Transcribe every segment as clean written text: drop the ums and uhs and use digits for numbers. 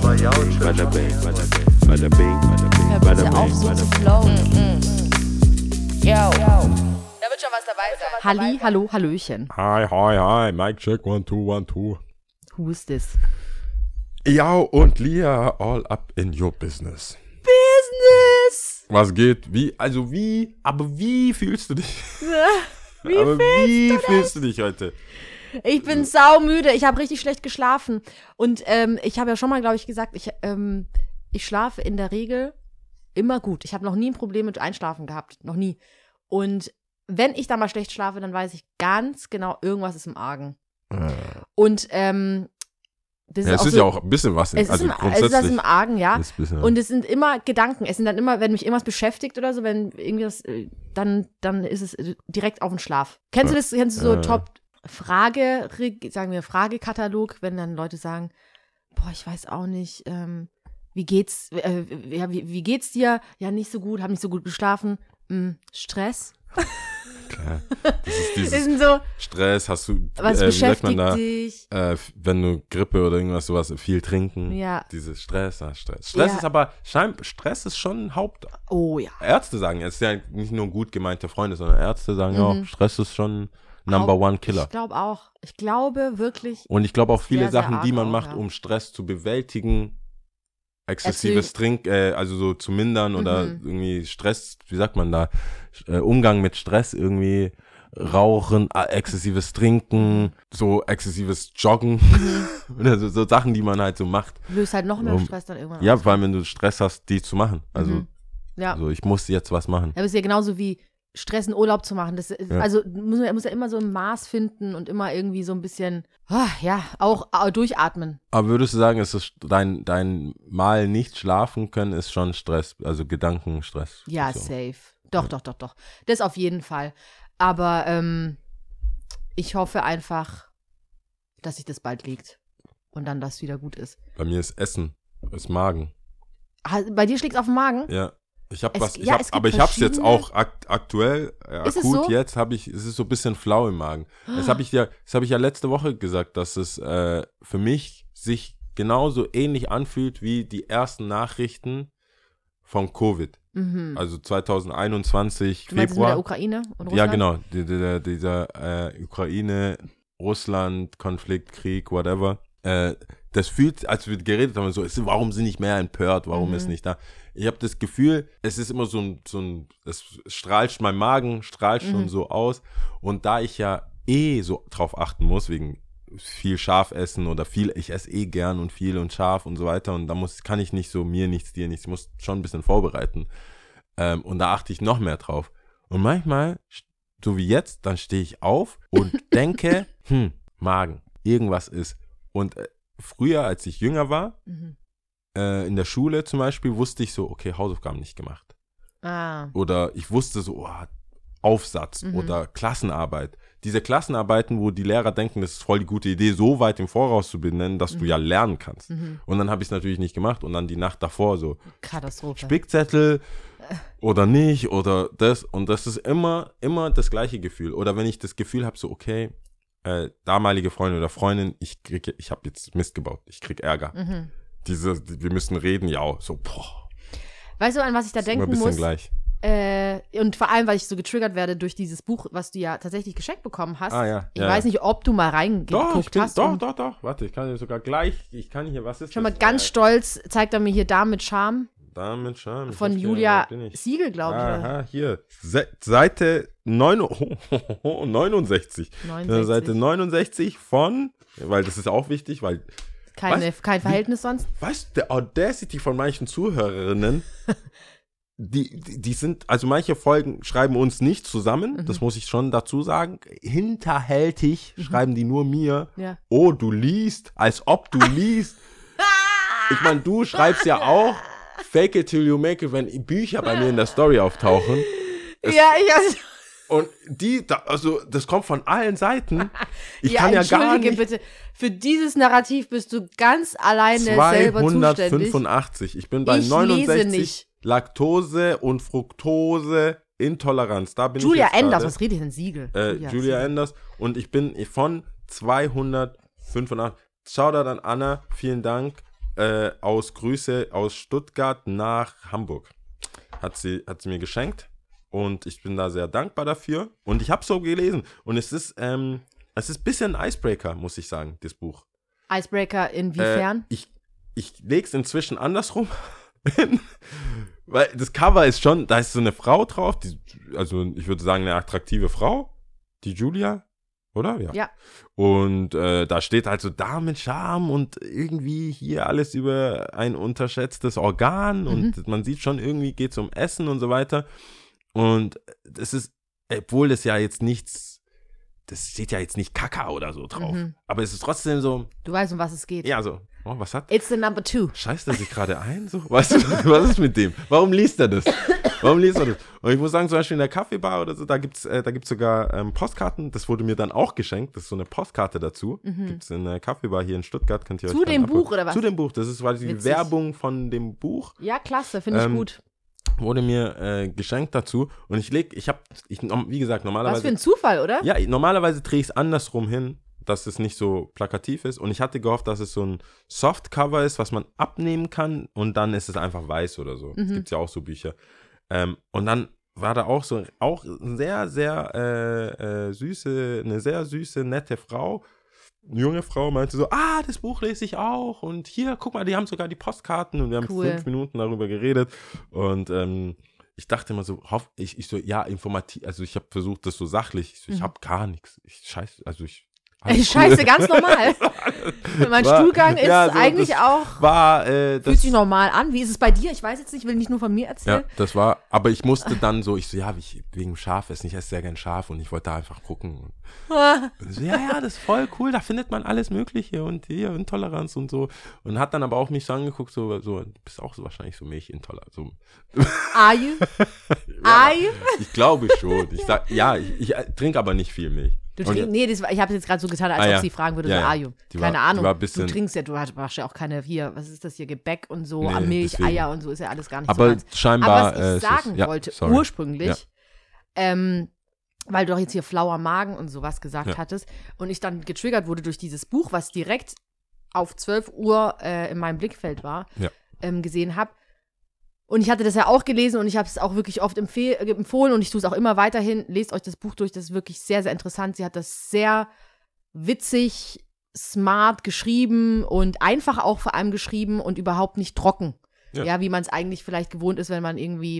bada bing, bada bing, Hör bitte auf, so zu flowen. Yo. Da wird schon was dabei sein. Halli, hallo, hallöchen. Hi, Mic check, 1, 2, 1, 2. Who is this? Ja und Lia, all up in your business. Business! Was geht? Wie fühlst du dich? Wie fühlst du dich heute? Ich bin saumüde. Ich habe richtig schlecht geschlafen. Und ich habe ja schon mal, glaube ich, gesagt, ich schlafe in der Regel immer gut. Ich habe noch nie ein Problem mit Einschlafen gehabt. Noch nie. Und wenn ich da mal schlecht schlafe, dann weiß ich ganz genau, irgendwas ist im Argen. Und das ja, ist es ist so, ja auch ein bisschen was. Es also ist was im Argen, ja. Und es es sind immer Gedanken. Es sind dann immer, wenn mich irgendwas beschäftigt oder so, wenn irgendwas, dann ist es direkt auf den Schlaf. Kennst du das? Kennst du so Fragekatalog, wenn dann Leute sagen, boah, ich weiß auch nicht, wie geht's dir? Ja, nicht so gut, hab nicht so gut geschlafen. Stress. Klar. Das ist dieses Das sind so, Stress, hast du, was wie sagt man beschäftigt da, dich? wenn du Grippe oder irgendwas sowas, viel trinken. Ja. Dieses Stress. Stress Ja. ist aber, Stress ist schon ein Haupt. Oh ja. Ärzte sagen, es ist ja nicht nur gut gemeinte Freunde, sondern Ärzte sagen ja, Stress ist schon Number One Killer. Ich glaube auch. Ich glaube wirklich. Und ich glaube auch viele sehr, sehr Sachen, arg die man auch, macht, ja. um Stress zu bewältigen, exzessives also so zu mindern oder irgendwie Stress, wie sagt man da, Umgang mit Stress irgendwie, Rauchen, exzessives Trinken, so exzessives Joggen, oder so Sachen, die man halt so macht. Löst halt noch mehr Stress dann irgendwann Ja, aus. vor allem, wenn du Stress hast, die zu machen. Also, Ja. so, ich muss jetzt was machen. Ja, aber es ist ja genauso wie Stress in Urlaub zu machen. Also muss ja immer so ein Maß finden und immer irgendwie so ein bisschen, auch durchatmen. Aber würdest du sagen, ist es dein Mal nicht schlafen können, ist schon Stress, also Gedankenstress? Ja, so. safe. Doch. Das auf jeden Fall. Aber ich hoffe einfach, dass sich das bald legt und dann das wieder gut ist. Bei mir ist Essen, ist Magen. Bei dir schlägt es auf den Magen? Ja. Ich habe Es ich gibt hab's jetzt verschiedene- auch aktuell, Ist es akut so? jetzt es ist so ein bisschen flau im Magen. Das habe ich ja letzte Woche gesagt, dass es für mich sich genauso ähnlich anfühlt wie die ersten Nachrichten von Covid. Also 2021 Du meinst es mit Februar. der Ukraine und Russland? Ja, genau. Dieser Ukraine, Russland, Konflikt, Krieg, whatever. Das fühlt, als wir geredet haben, so, warum sind nicht mehr empört, warum ist nicht da? Ich habe das Gefühl, es ist immer es strahlt, mein Magen strahlt schon so aus. Und da ich ja so drauf achten muss, wegen viel scharf essen oder ich esse gern und viel und scharf und so weiter. Und da kann ich nicht so mir nichts, dir nichts. Ich muss schon ein bisschen vorbereiten. Und da achte ich noch mehr drauf. Und manchmal, so wie jetzt, dann stehe ich auf und denke, Magen, irgendwas ist. Und früher, als ich jünger war, in der Schule zum Beispiel, wusste ich so, okay, Hausaufgaben nicht gemacht. Oder ich wusste so, Aufsatz oder Klassenarbeit. Diese Klassenarbeiten, wo die Lehrer denken, das ist voll die gute Idee, so weit im Voraus zu benennen, dass du ja lernen kannst. Und dann habe ich es natürlich nicht gemacht und dann die Nacht davor so, Katastrophe. Spickzettel oder nicht oder das. Und das ist immer das gleiche Gefühl. Oder wenn ich das Gefühl habe, so okay, damalige Freundin oder Freundin, ich habe jetzt Mist gebaut, ich krieg Ärger. Wir müssen reden, ja, so, boah. Weißt du, an was ich da Ist immer denken ein bisschen muss? gleich. Und vor allem, weil ich so getriggert werde durch dieses Buch, was du ja tatsächlich geschenkt bekommen hast. Ja. Ich weiß nicht, ob du mal reingeguckt hast. Doch. Warte, ich kann hier sogar gleich, was ist Schon mal das? ganz stolz zeigt er mir hier Da mit Charme Damit schon. von Julia Siegel, glaube ich. Aha, hier. Seite 69. 69. Seite 69 von, weil das ist auch wichtig, weil Kein Verhältnis sonst. weißt du, der Audacity von manchen Zuhörerinnen, die sind, also manche Folgen schreiben uns nicht zusammen, das muss ich schon dazu sagen. Hinterhältig schreiben die nur mir, Ja. oh, du liest, als ob du liest. Ich meine, du schreibst ja auch Fake it till you make it, wenn Bücher bei mir in der Story auftauchen. Und das kommt von allen Seiten. Ich kann ja gar nicht. Bitte, für dieses Narrativ bist du ganz alleine selber zuständig. 285. Ich bin bei Ich 69. lese nicht. Laktose und Fructose Intoleranz. Da bin Julia ich jetzt Enders, gerade. was redet denn Siegel? Julia Enders. Und ich bin von 285. Shoutout an Anna, vielen Dank. aus Grüße aus Stuttgart nach Hamburg. Hat sie mir geschenkt und ich bin da sehr dankbar dafür. Und ich habe so gelesen und es ist ein bisschen ein Icebreaker, muss ich sagen, das Buch. Icebreaker inwiefern? Ich lege es inzwischen andersrum hin, weil das Cover ist schon, da ist so eine Frau drauf, also ich würde sagen eine attraktive Frau, die Julia, oder? Ja. Und da steht halt so Damenscham und irgendwie hier alles über ein unterschätztes Organ und man sieht schon, irgendwie geht es um Essen und so weiter. Und das ist, obwohl das ja jetzt nichts, das steht ja jetzt nicht Kakao oder so drauf, aber es ist trotzdem so. Du weißt, um was es geht. Ja, so. Oh, was hat? It's the number 2. Scheißt er sich gerade ein? So? Was ist mit dem? Warum liest er das? Und ich muss sagen, zum Beispiel in der Kaffeebar oder so, da gibt's sogar Postkarten. Das wurde mir dann auch geschenkt. Das ist so eine Postkarte dazu. Gibt's in der Kaffeebar hier in Stuttgart. Könnt ihr euch zu dem abholen. Buch oder was? Zu dem Buch. Das ist quasi die Werbung von dem Buch. Ja, klasse. Finde ich gut. Wurde mir geschenkt dazu. Und wie gesagt, normalerweise. Was für ein Zufall, oder? Ja, normalerweise drehe ich es andersrum hin, dass es nicht so plakativ ist. Und ich hatte gehofft, dass es so ein Softcover ist, was man abnehmen kann und dann ist es einfach weiß oder so. Es gibt ja auch so Bücher. Und dann war da auch eine sehr, sehr süße, nette Frau, eine junge Frau, meinte so, das Buch lese ich auch und hier, guck mal, die haben sogar die Postkarten und wir haben 5 Minuten darüber geredet und ich dachte immer so, informativ, also ich habe versucht, das so sachlich, ich habe gar nichts, ich scheiße, ganz normal. Mein Stuhlgang ist eigentlich auch, fühlt sich normal an. Wie ist es bei dir? Ich weiß jetzt nicht, will nicht nur von mir erzählen. Ja, aber ich musste dann so, wegen Schafessen, ich esse sehr gern Schaf und ich wollte da einfach gucken. Und so, das ist voll cool, da findet man alles Mögliche und hier Intoleranz und so. Und hat dann aber auch mich so angeguckt, so du bist auch so wahrscheinlich so milchintolerant. So. Are you? Are you? Ich glaube schon. Ich trinke aber nicht viel Milch. Ich habe jetzt gerade so getan, als ob sie fragen würde, Ajo. Keine Ahnung. Du trinkst ja, du machst ja auch keine, was ist das hier, Gebäck und so, Milch, deswegen. Eier und so, ist ja alles gar nicht aber so ganz. Scheinbar, aber was ich sagen wollte, ursprünglich, weil du doch jetzt hier flauer Magen und sowas gesagt hattest und ich dann getriggert wurde durch dieses Buch, was direkt auf 12 Uhr in meinem Blickfeld war, gesehen habe. Und ich hatte das ja auch gelesen und ich habe es auch wirklich oft empfohlen und ich tue es auch immer weiterhin. Lest euch das Buch durch, das ist wirklich sehr, sehr interessant. Sie hat das sehr witzig, smart geschrieben und einfach auch vor allem geschrieben und überhaupt nicht trocken. Ja, wie man es eigentlich vielleicht gewohnt ist, wenn man irgendwie,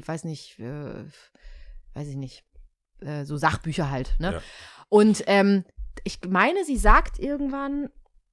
so Sachbücher halt. Ne? Ja. Und ich meine, sie sagt irgendwann,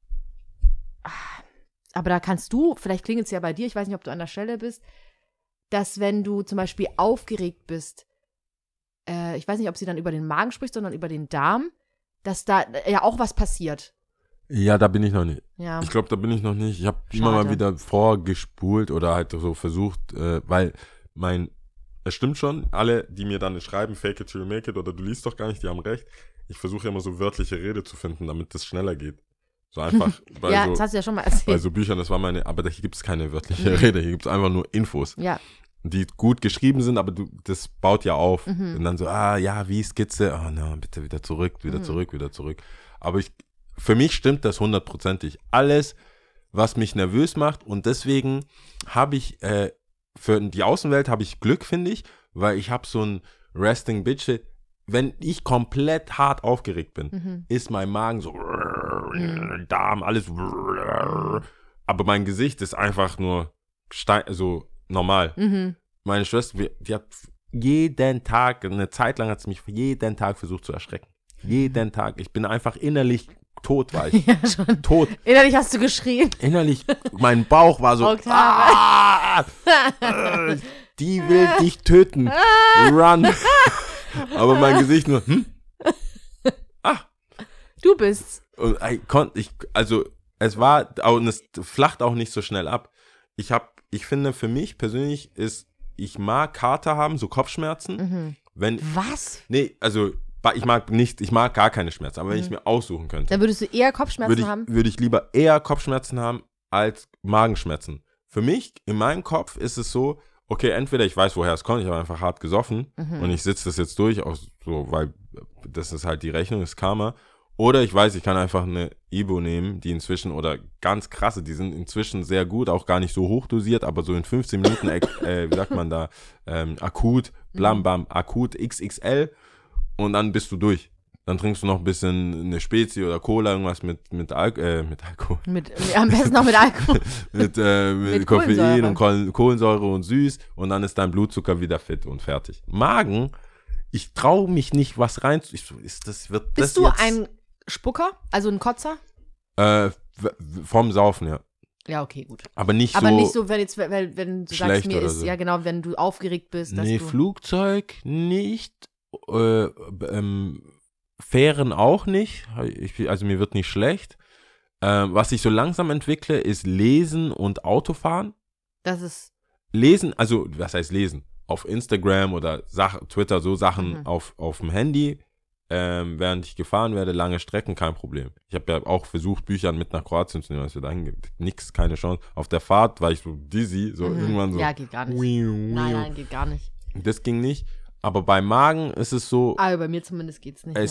aber da kannst du, vielleicht klingelt es ja bei dir, ich weiß nicht, ob du an der Stelle bist, dass wenn du zum Beispiel aufgeregt bist, ich weiß nicht, ob sie dann über den Magen spricht, sondern über den Darm, dass da ja auch was passiert. Ja, da bin ich noch nicht. Ja. Ich glaube, da bin ich noch nicht. Ich habe immer mal wieder vorgespult oder halt so versucht, weil es stimmt schon, alle, die mir dann schreiben, fake it till you make it oder du liest doch gar nicht, die haben recht. Ich versuche immer so wörtliche Rede zu finden, damit das schneller geht. So einfach. Ja, das hast du ja schon mal erzählt. Bei so Büchern, aber hier gibt es keine wörtliche Rede, hier gibt es einfach nur Infos. Ja. Die gut geschrieben sind, aber das baut ja auf. Und dann so, wie Skizze, bitte wieder zurück. Aber für mich stimmt das 100%. Alles, was mich nervös macht und deswegen habe ich, für die Außenwelt habe ich Glück, finde ich, weil ich habe so ein Resting Bitch. Wenn ich komplett hart aufgeregt bin, ist mein Magen so, Darm, alles, aber mein Gesicht ist einfach nur so normal. Meine Schwester, die hat jeden Tag, eine Zeit lang hat sie mich jeden Tag versucht zu erschrecken. Jeden Tag. Ich bin einfach innerlich tot, war ich. Ja, schon. Tot. Innerlich hast du geschrien. Innerlich, mein Bauch war so, die will dich töten. Run. Aber mein Gesicht nur, Du bist's. Und es flacht auch nicht so schnell ab. Ich finde, für mich persönlich ich mag Kater haben, so Kopfschmerzen. Was? Nee, also ich mag gar keine Schmerzen, aber wenn ich mir aussuchen könnte. Dann würdest du eher Kopfschmerzen haben? Würde ich lieber eher Kopfschmerzen haben als Magenschmerzen. Für mich, in meinem Kopf ist es so, okay, entweder ich weiß, woher es kommt, ich habe einfach hart gesoffen und ich sitze das jetzt durch, auch so, weil das ist halt die Rechnung, das Karma. Oder ich weiß, ich kann einfach eine Ibo nehmen, die inzwischen, oder ganz krasse, die sind inzwischen sehr gut, auch gar nicht so hoch dosiert, aber so in 15 Minuten, wie sagt man da, akut, blam bam, akut XXL und dann bist du durch. Dann trinkst du noch ein bisschen eine Spezi oder Cola, irgendwas mit Alkohol. Am besten noch mit Alkohol. mit Koffein und Kohlensäure und süß und dann ist dein Blutzucker wieder fit und fertig. Magen, ich traue mich nicht, was rein. Bist du ein Spucker? Also ein Kotzer? Vom Saufen, ja. Ja, okay, gut. Aber nicht so, wenn du sagst, mir ist, so. Ja genau, wenn du aufgeregt bist. Dass Flugzeug nicht, Fähren auch nicht, also mir wird nicht schlecht. Was ich so langsam entwickle, ist Lesen und Autofahren. Das ist Lesen, also was heißt lesen? Auf Instagram oder Twitter, so Sachen auf dem Handy, während ich gefahren werde, lange Strecken, kein Problem. Ich habe ja auch versucht, Bücher mit nach Kroatien zu nehmen, als wir dahin gehen. Nix, keine Chance. Auf der Fahrt war ich so dizzy, so irgendwann so. Ja, geht gar nicht. Nein, geht gar nicht. Das ging nicht. Aber bei Magen ist es so. Aber bei mir zumindest geht's nicht.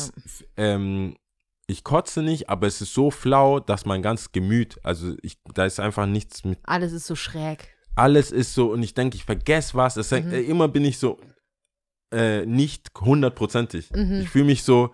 Ich kotze nicht, aber es ist so flau, dass mein ganzes Gemüt, also da ist einfach nichts mit. Alles ist so schräg. Alles ist so, und ich denke, ich vergesse was. Immer bin ich so nicht 100%ig. Ich fühle mich so,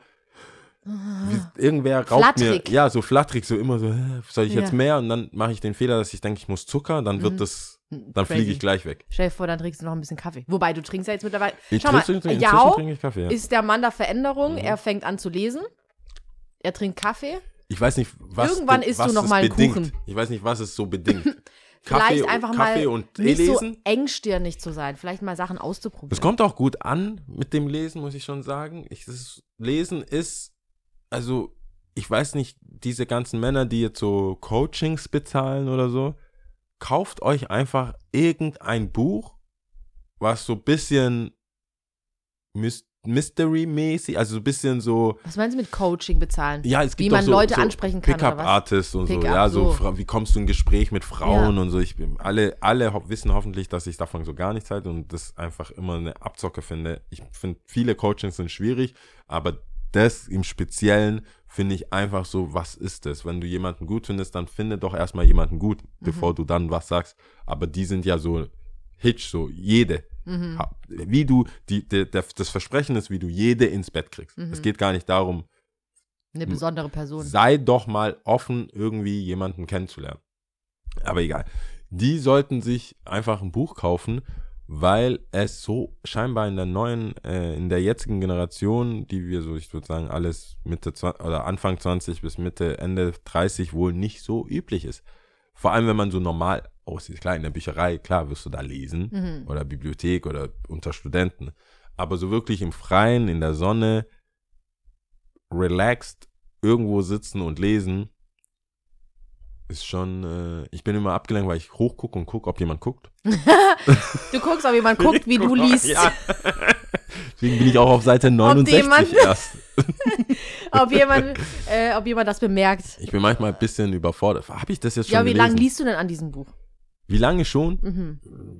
wie irgendwer raubt flattrig. mir, ja, so flattrig, so immer so, soll ich jetzt mehr? Und dann mache ich den Fehler, dass ich denke, ich muss Zucker, dann wird das. Dann fliege ich gleich weg. Stell dir vor, dann trinkst du noch ein bisschen Kaffee. Wobei, du trinkst ja jetzt mittlerweile. Trinke ich Kaffee, ja. Ist der Mann der Veränderung. Er fängt an zu lesen. Er trinkt Kaffee. Ich weiß nicht, was irgendwann isst du noch mal einen bedingt. Kuchen. Ich weiß nicht, was es so bedingt. Vielleicht einfach Kaffee mal und nicht lesen. so engstirnig zu sein. Vielleicht mal Sachen auszuprobieren. Es kommt auch gut an mit dem Lesen, muss ich schon sagen. Lesen ist, also ich weiß nicht, diese ganzen Männer, die jetzt so Coachings bezahlen oder so, kauft euch einfach irgendein Buch, was so ein bisschen Mystery-mäßig, also so ein bisschen so. Was meinst du mit Coaching bezahlen? Ja, es gibt wie man so, Leute ansprechen kann. Pickup-Artists und so, ja, so, wie kommst du in Gespräch mit Frauen und so. Alle wissen hoffentlich, dass ich davon so gar nichts halte und das einfach immer eine Abzocke finde. Ich finde, viele Coachings sind schwierig, aber das im Speziellen finde ich einfach so, was ist das? Wenn du jemanden gut findest, dann finde doch erstmal jemanden gut, bevor du dann was sagst. Aber die sind ja so Hitch, so jede. Wie du, das Versprechen ist, wie du jede ins Bett kriegst. Es geht gar nicht darum, eine besondere Person. Sei doch mal offen, irgendwie jemanden kennenzulernen. Aber egal. Die sollten sich einfach ein Buch kaufen, weil es so scheinbar in der jetzigen Generation, die wir so, ich würde sagen, alles Mitte 20 oder Anfang 20 bis Mitte, Ende 30 wohl nicht so üblich ist. Vor allem, wenn man so normal aussieht. Klar, in der Bücherei, klar, wirst du da lesen oder Bibliothek oder unter Studenten. Aber so wirklich im Freien, in der Sonne, relaxed, irgendwo sitzen und lesen, ist schon, ich bin immer abgelenkt, weil ich hochgucke und gucke, ob jemand guckt. Du guckst, ob jemand guckt, wie du liest. Ja. Deswegen bin ich auch auf Seite 69 erst. ob jemand das bemerkt. Ich bin manchmal ein bisschen überfordert. Habe ich das jetzt schon gelesen? Ja, wie lange gelesen? liest du denn an diesem Buch? Wie lange schon?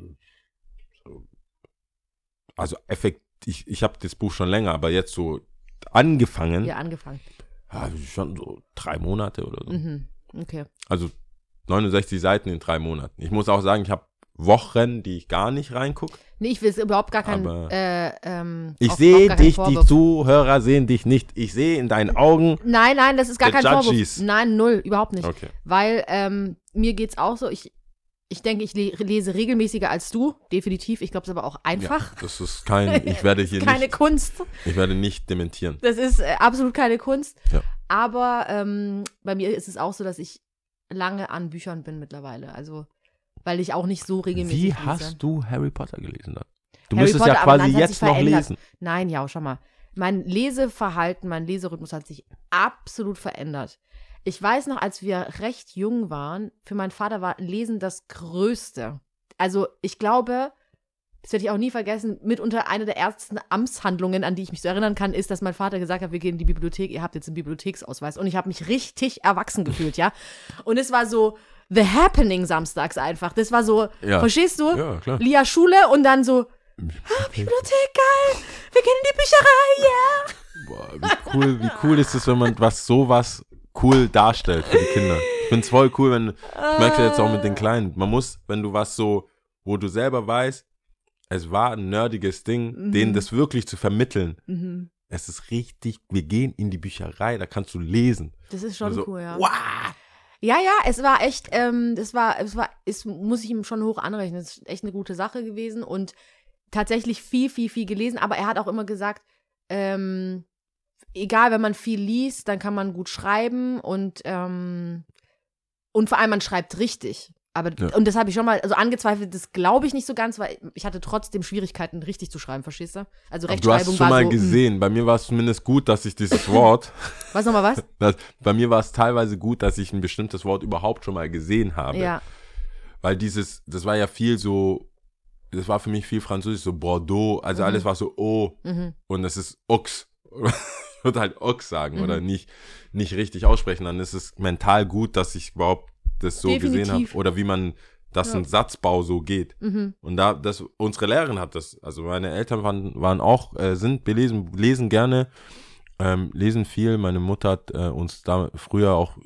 Also ich habe das Buch schon länger, aber jetzt so angefangen. Ja, angefangen. Ja, schon so 3 Monate oder so. Okay. Also 69 Seiten in 3 Monaten. Ich muss auch sagen, ich habe Wochen, die ich gar nicht reingucke. Nee, ich will überhaupt gar kein ich sehe dich, die Zuhörer sehen dich nicht. Ich sehe in deinen Augen. Nein, das ist gar kein Vorwurf. Nein, 0, überhaupt nicht. Okay. Weil mir geht's auch so, ich denke, ich lese regelmäßiger als du, definitiv. Ich glaube, es ist aber auch einfach. Ja, das ist ich werde hier keine Kunst. Ich werde nicht dementieren. Das ist absolut keine Kunst. Ja. Aber bei mir ist es auch so, dass ich lange an Büchern bin mittlerweile. Also, weil ich auch nicht so regelmäßig Wie lese. hast du Harry Potter gelesen dann? Du Harry müsstest Potter, ja quasi jetzt noch lesen. Nein, ja, schau mal. Mein Leseverhalten, mein Leserhythmus hat sich absolut verändert. Ich weiß noch, als wir recht jung waren, für meinen Vater war Lesen das Größte. Also ich glaube, das werde ich auch nie vergessen, mitunter eine der ersten Amtshandlungen, an die ich mich so erinnern kann, ist, dass mein Vater gesagt hat, wir gehen in die Bibliothek, ihr habt jetzt einen Bibliotheksausweis. Und ich habe mich richtig erwachsen gefühlt, ja. Und es war so The Happening samstags einfach. Das war so, verstehst du? Ja, klar. Lia Schule und dann so, Bibliothek, geil, wir gehen in die Bücherei, yeah. Boah, wie cool ist es, wenn man sowas cool darstellt für die Kinder. Ich finde es voll cool, ich merke jetzt auch mit den Kleinen, man muss, wenn du was so, wo du selber weißt, es war ein nerdiges Ding, denen das wirklich zu vermitteln. Es ist richtig, wir gehen in die Bücherei, da kannst du lesen. Das ist schon cool, ja. Wow! Ja, es war echt, muss ich ihm schon hoch anrechnen. Es ist echt eine gute Sache gewesen und tatsächlich viel, viel, viel gelesen. Aber er hat auch immer gesagt, egal, wenn man viel liest, dann kann man gut schreiben und vor allem man schreibt richtig. Aber, und das habe ich schon mal, also angezweifelt, das glaube ich nicht so ganz, weil ich hatte trotzdem Schwierigkeiten, richtig zu schreiben, verstehst du? Also Rechtschreibung war so. Du hast schon mal gesehen, bei mir war es zumindest gut, dass ich dieses Wort. Was nochmal was? Bei mir war es teilweise gut, dass ich ein bestimmtes Wort überhaupt schon mal gesehen habe. Ja. Weil das war ja viel so, das war für mich viel Französisch, so Bordeaux, also alles war so O und das ist Ox. Ich würde halt Ox sagen oder nicht richtig aussprechen, dann ist es mental gut, dass ich überhaupt das so gesehen habe oder wie man ein Satzbau so geht. Und unsere Lehrerin hat das, also meine Eltern waren auch, sind belesen, lesen gerne, lesen viel. Meine Mutter hat uns da früher auch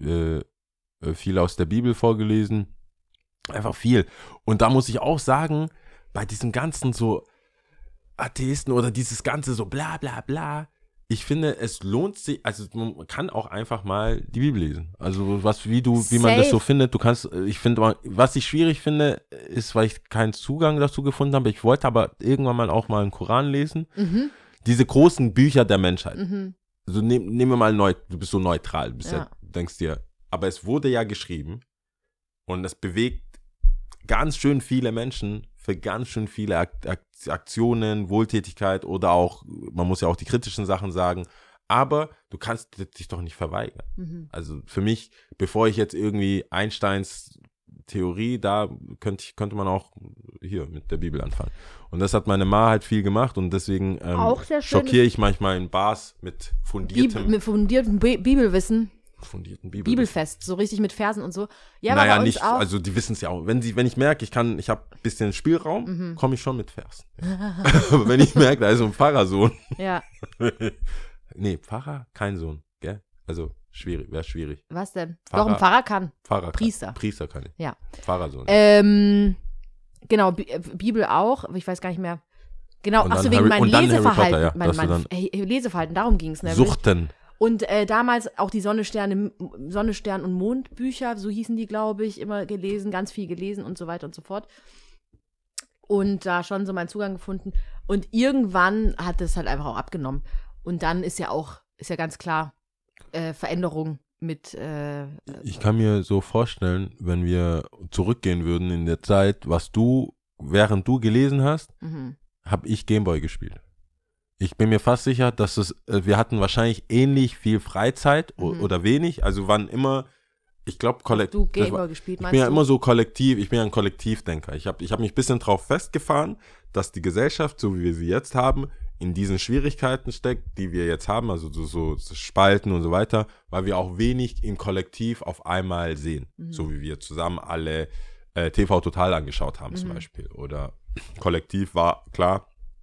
viel aus der Bibel vorgelesen. Einfach viel. Und da muss ich auch sagen, bei diesem ganzen so Atheisten oder dieses ganze so bla bla bla, ich finde, es lohnt sich, also man kann auch einfach mal die Bibel lesen. Also wie man das so findet. Du kannst, ich finde, was ich schwierig finde, ist, weil ich keinen Zugang dazu gefunden habe. Ich wollte aber irgendwann mal auch mal einen Koran lesen. Diese großen Bücher der Menschheit. Also nehmen wir mal du bist so neutral, denkst dir, aber es wurde ja geschrieben und es bewegt ganz schön viele Menschen für ganz schön viele Aktionen, Wohltätigkeit oder auch, man muss ja auch die kritischen Sachen sagen, aber du kannst dich doch nicht verweigern. Also für mich, bevor ich jetzt irgendwie Einsteins Theorie, da könnte man auch hier mit der Bibel anfangen. Und das hat meine Ma halt viel gemacht und deswegen schockiere ich manchmal in Bars mit fundiertem Bibelwissen. Bibelfest, so richtig mit Versen und so. Ja, naja, aber nicht, also die wissen es ja auch. Wenn ich merke, ich habe ein bisschen Spielraum, komme ich schon mit Versen. Aber wenn ich merke, da ist so ein Pfarrersohn. Ja. Nee, Pfarrer, kein Sohn, gell? Also wäre schwierig. Was denn? Doch, ein Pfarrer kann. Priester kann ich. Ja. Pfarrersohn. Genau, Bibel auch, aber ich weiß gar nicht mehr. Genau, achso, wegen meinem Leseverhalten. Mein Leseverhalten, darum ging es nämlich. Suchten. Und damals auch die Sonne, Stern und Mond Bücher, so hießen die, glaube ich, immer gelesen, ganz viel gelesen und so weiter und so fort. Und da schon so meinen Zugang gefunden. Und irgendwann hat es halt einfach auch abgenommen. Und dann ist ja ganz klar Veränderung mit. Ich kann mir so vorstellen, wenn wir zurückgehen würden in der Zeit, während du gelesen hast, habe ich Gameboy gespielt. Ich bin mir fast sicher, dass wir hatten wahrscheinlich ähnlich viel Freizeit oder wenig, also wann immer, ich glaube, kollektiv. Hast du Gameboy gespielt, meinst du? Ich bin ja immer so kollektiv, ich bin ja ein Kollektivdenker. Ich hab mich ein bisschen drauf festgefahren, dass die Gesellschaft, so wie wir sie jetzt haben, in diesen Schwierigkeiten steckt, die wir jetzt haben, also so Spalten und so weiter, weil wir auch wenig im Kollektiv auf einmal sehen. So wie wir zusammen alle TV Total angeschaut haben zum Beispiel. Oder kollektiv war klar,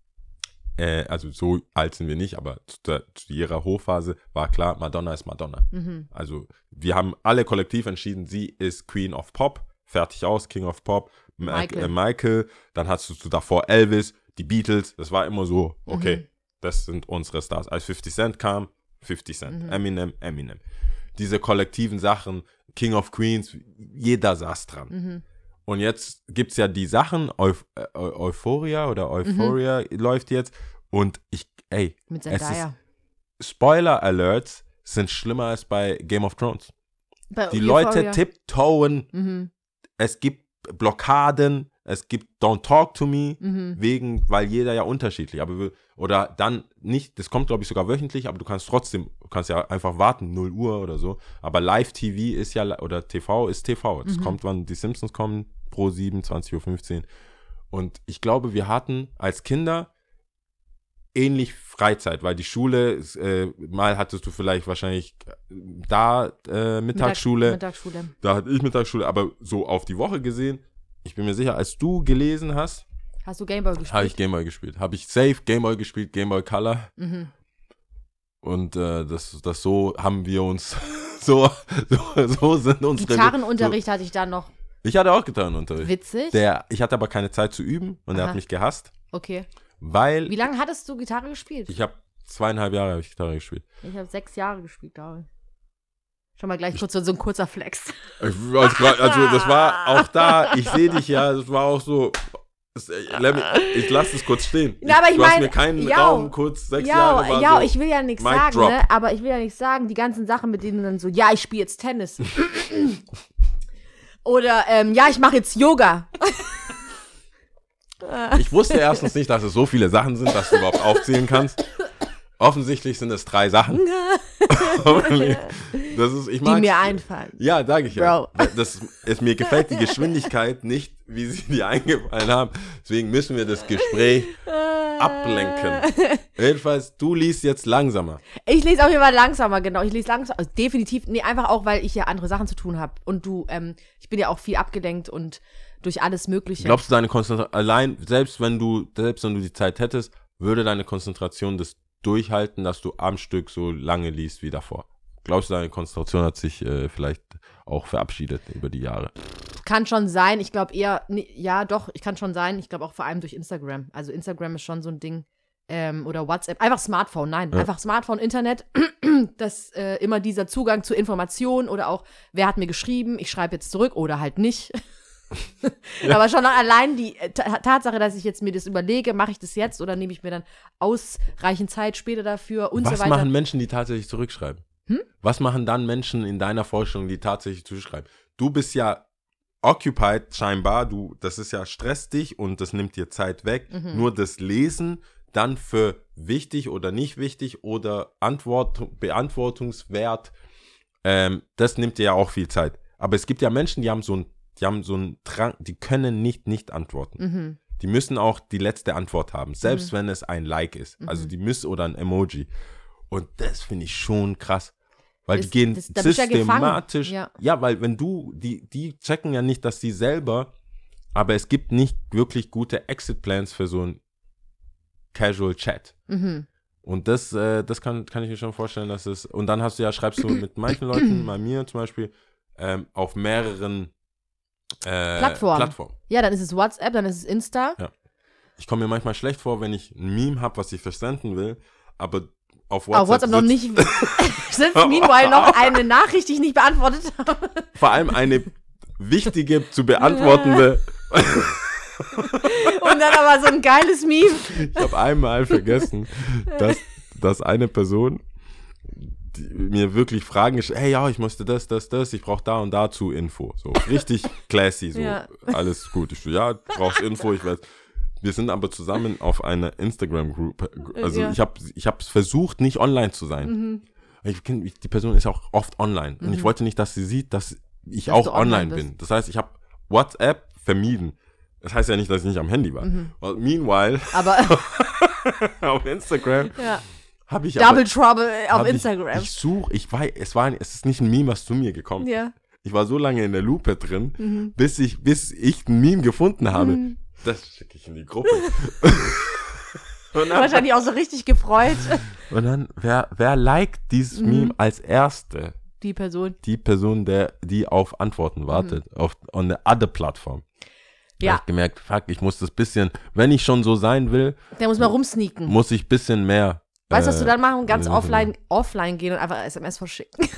also so alt sind wir nicht, aber zu ihrer Hochphase war klar, Madonna ist Madonna. Also wir haben alle kollektiv entschieden, sie ist Queen of Pop, fertig aus, King of Pop, Michael, dann hast du davor Elvis, die Beatles, das war immer so, okay, das sind unsere Stars. Als 50 Cent kam, 50 Cent, Eminem. Diese kollektiven Sachen, King of Queens, jeder saß dran. Und jetzt gibt es ja die Sachen, Euphoria läuft jetzt. Und mit Zendaya. Spoiler Alerts sind schlimmer als bei Game of Thrones. Die Leute tiptoen, es gibt Blockaden, es gibt Don't Talk to Me, weil jeder ja unterschiedlich, oder dann nicht, das kommt glaube ich sogar wöchentlich, aber du kannst ja einfach warten, 0 Uhr oder so, aber Live-TV ist ja, oder TV ist TV, das kommt, wann die Simpsons kommen, pro 7, 20:15 Uhr. Und ich glaube, wir hatten als Kinder ähnlich Freizeit, weil die Schule, mal hattest du vielleicht wahrscheinlich Mittagsschule. Da hatte ich Mittagsschule, aber so auf die Woche gesehen, ich bin mir sicher, als du gelesen hast. Hast du Gameboy gespielt? Habe ich Gameboy gespielt. Habe ich safe Gameboy gespielt, Gameboy Color. Und das so haben wir uns, so sind unsere... Gitarrenunterricht hatte ich dann noch. Ich hatte auch Gitarrenunterricht. Witzig. Ich hatte aber keine Zeit zu üben und er hat mich gehasst. Okay. Weil... Wie lange hattest du Gitarre gespielt? Ich habe 2,5 Jahre Gitarre gespielt. Ich habe 6 Jahre gespielt, glaube ich. Schon mal gleich kurz so ein kurzer Flex. Also das war auch da, ich sehe dich ja, das war auch so... Ich lasse es kurz stehen. Ja, aber ich du hast meine, mir keinen Raum, kurz 6 Jahre war ja, so, ich will ja nichts Mic sagen, drop. ne? Aber ich will ja nichts sagen, die ganzen Sachen, mit denen du dann so, ja, ich spiele jetzt Tennis. Oder, ja, ich mache jetzt Yoga. Ich wusste erstens nicht, dass es so viele Sachen sind, dass du überhaupt aufzählen kannst. Offensichtlich sind es 3 Sachen. Die mir einfallen. Ja, sage ich ja. Bro. Mir gefällt die Geschwindigkeit nicht, wie sie dir eingefallen haben. Deswegen müssen wir das Gespräch ablenken. Jedenfalls, du liest jetzt langsamer. Ich lese auf jeden Fall langsamer, genau. Ich lese langsamer. Also definitiv, nee, einfach auch, weil ich ja andere Sachen zu tun habe. Und ich bin ja auch viel abgelenkt und durch alles Mögliche. Glaubst du, deine Konzentration, allein, selbst wenn du die Zeit hättest, würde deine Konzentration das durchhalten, dass du am Stück so lange liest wie davor? Glaubst du, deine Konzentration hat sich vielleicht auch verabschiedet über die Jahre? Kann schon sein. Ich glaube eher, nee, ja doch, ich kann schon sein. Ich glaube auch vor allem durch Instagram. Also Instagram ist schon so ein Ding. Oder WhatsApp. Einfach Smartphone, nein. Ja. Einfach Smartphone, Internet. Das immer dieser Zugang zu Informationen oder auch, wer hat mir geschrieben, ich schreibe jetzt zurück oder halt nicht. Ja. Aber schon allein die Tatsache, dass ich jetzt mir das überlege, mache ich das jetzt oder nehme ich mir dann ausreichend Zeit später dafür und so weiter. Was machen Menschen, die tatsächlich zurückschreiben? Was machen dann Menschen in deiner Vorstellung, die tatsächlich zurückschreiben? Du bist ja occupied scheinbar, das ist ja stresst dich und das nimmt dir Zeit weg. Nur das Lesen dann für wichtig oder nicht wichtig oder beantwortungswert, das nimmt dir ja auch viel Zeit. Aber es gibt ja Menschen, die haben so einen Drang, die können nicht antworten. Die müssen auch die letzte Antwort haben, selbst wenn es ein Like ist. Also die müssen oder ein Emoji. Und das finde ich schon krass. Weil die gehen systematisch. Ja, weil wenn die checken ja nicht, dass sie selber, aber es gibt nicht wirklich gute Exit-Plans für so ein Casual Chat. Und das kann ich mir schon vorstellen, dass es, und dann schreibst du mit manchen Leuten, bei mir zum Beispiel, auf mehreren Plattformen. Ja, dann ist es WhatsApp, dann ist es Insta. Ja. Ich komme mir manchmal schlecht vor, wenn ich ein Meme habe, was ich versenden will, aber auf WhatsApp noch nicht sitzt meanwhile noch eine Nachricht, die ich nicht beantwortet habe. Vor allem eine wichtige zu beantwortende. Und dann aber so ein geiles Meme. Ich habe einmal vergessen, dass eine Person mir wirklich Fragen gestellt, hey, ja, ich musste das, ich brauche da und dazu Info. So richtig classy, so alles gut. Ich so, ja, brauchst Info, ich weiß. Wir sind aber zusammen auf einer Instagram-Group. Also ich habe versucht, nicht online zu sein. Die Person ist auch oft online. Und ich wollte nicht, dass sie sieht, dass ich auch online bin. Das heißt, ich habe WhatsApp vermieden. Das heißt ja nicht, dass ich nicht am Handy war. Meanwhile, aber auf Instagram habe ich Double Trouble auf Instagram. Es ist nicht ein Meme, was zu mir gekommen ist. Ja. Ich war so lange in der Lupe drin, bis ich ein Meme gefunden habe. Das schicke ich in die Gruppe. Und dann, wahrscheinlich auch so richtig gefreut. Und dann, wer liked dieses Meme als Erste? Die Person, die auf Antworten wartet, on the other Plattform. Ja. Da hab ich gemerkt, fuck, ich muss das bisschen, wenn ich schon so sein will, der muss mal rumsneaken. Muss ich ein bisschen mehr. Weißt du, was du dann machen? Ganz offline gehen und einfach SMS verschicken.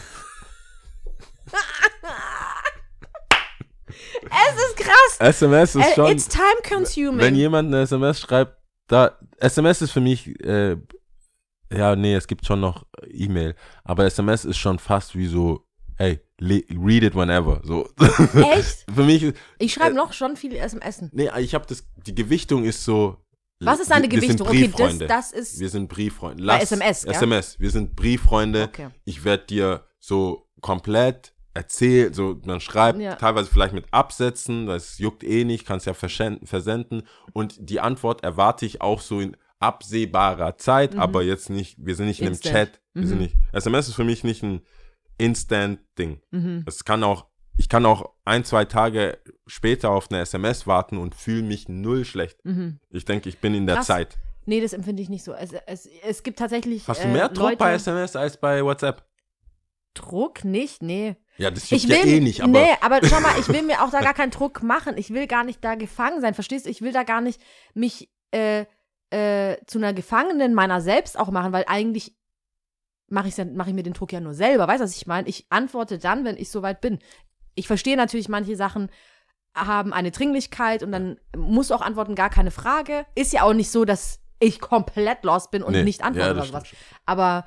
Es ist krass. SMS ist schon. It's time consuming. Wenn jemand eine SMS schreibt, SMS ist für mich, es gibt schon noch E-Mail, aber SMS ist schon fast wie so, hey, read it whenever. So. Echt? Für mich. Ich schreibe noch schon viele SMS. Nee, die Gewichtung ist so. Was ist deine Gewichtung? Okay, das ist. Wir sind Brieffreunde. Bei SMS, ja? SMS, wir sind Brieffreunde. Okay. Ich werde dir so komplett erzählen, so man schreibt, teilweise vielleicht mit Absätzen, das juckt nicht, kannst ja versenden und die Antwort erwarte ich auch so in absehbarer Zeit, aber jetzt nicht, wir sind nicht Instant. In einem Chat, wir sind nicht, SMS ist für mich nicht ein Instant-Ding. Ich kann auch 1-2 Tage später auf eine SMS warten und fühle mich null schlecht. Ich denke, ich bin in der Zeit. Nee, das empfinde ich nicht so. Es gibt tatsächlich Hast du mehr Druck Leute, bei SMS als bei WhatsApp? Druck nicht? Nee. Ja, das juckt ja eh nicht, aber... Nee, aber schau mal, ich will mir auch da gar keinen Druck machen. Ich will gar nicht da gefangen sein, verstehst du? Ich will da gar nicht mich zu einer Gefangenen meiner selbst auch machen, weil eigentlich mache ich mir den Druck ja nur selber. Weißt du, was ich meine? Ich antworte dann, wenn ich soweit bin. Ich verstehe natürlich, manche Sachen haben eine Dringlichkeit und dann musst du auch antworten, gar keine Frage. Ist ja auch nicht so, dass ich komplett lost bin und nicht antworte oder sowas. Aber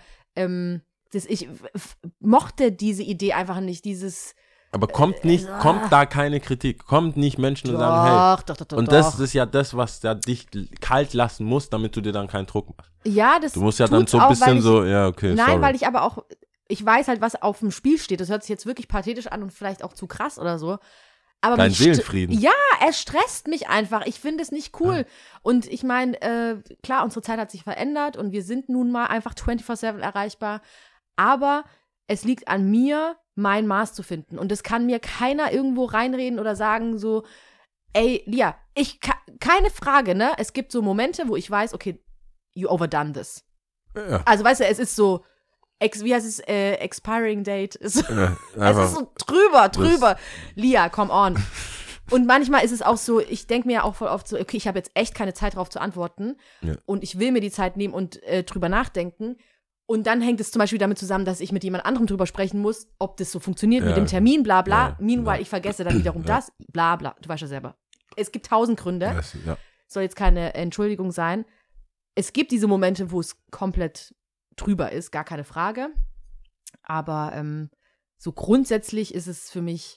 ich mochte diese Idee einfach nicht, dieses... Aber kommt da keine Kritik, kommt nicht Menschen und sagen, hey, doch. Und das ist ja das, was da dich kalt lassen muss, damit du dir dann keinen Druck machst. Ja, das Du musst ja dann so ein bisschen Nein, sorry. weil ich aber auch, ich weiß halt, was auf dem Spiel steht. Das hört sich jetzt wirklich pathetisch an und vielleicht auch zu krass oder so. Aber Dein Seelenfrieden. Ja, es stresst mich einfach. Ich finde es nicht cool. Ja. Und ich meine, klar, unsere Zeit hat sich verändert und wir sind nun mal einfach 24/7 erreichbar. Aber es liegt an mir, mein Maß zu finden. Und das kann mir keiner irgendwo reinreden oder sagen so, ey, Lia, keine Frage, ne? Es gibt so Momente, wo ich weiß, okay, you overdone this. Ja. Also, weißt du, es ist so, wie heißt es, expiring date? Es ist so drüber. Lia, come on. Und manchmal ist es auch so, ich denke mir auch voll oft so, okay, ich habe jetzt echt keine Zeit drauf zu antworten. Ja. Und ich will mir die Zeit nehmen und drüber nachdenken. Und dann hängt es zum Beispiel damit zusammen, dass ich mit jemand anderem drüber sprechen muss, ob das so funktioniert mit dem Termin, bla bla. Ja, Meanwhile, ich vergesse dann wiederum das, bla bla. Du weißt ja selber. Es gibt 1000 Gründe. Soll jetzt keine Entschuldigung sein. Es gibt diese Momente, wo es komplett drüber ist, gar keine Frage. Aber so grundsätzlich ist es für mich,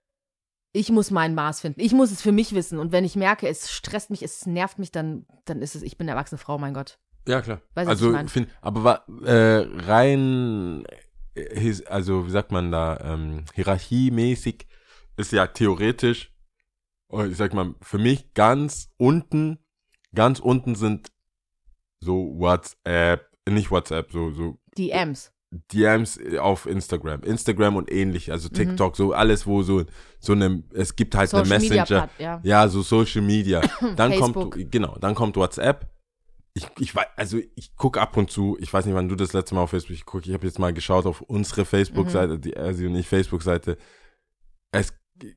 ich muss mein Maß finden. Ich muss es für mich wissen. Und wenn ich merke, es stresst mich, es nervt mich, dann ist es, ich bin eine erwachsene Frau, mein Gott. Ja, klar. Weißt also, aber rein, also, wie sagt man da, hierarchiemäßig ist ja theoretisch, ich sag mal, für mich ganz unten sind so nicht WhatsApp, so DMs auf Instagram und ähnlich, also TikTok, so alles, wo so eine, es gibt halt Social eine Messenger, ja, so Social Media. Dann kommt WhatsApp. Ich gucke ab und zu, ich weiß nicht, wann du das letzte Mal auf Facebook guckst, ich habe jetzt mal geschaut auf unsere Facebook-Seite, die Ersi und ich Facebook-Seite. Es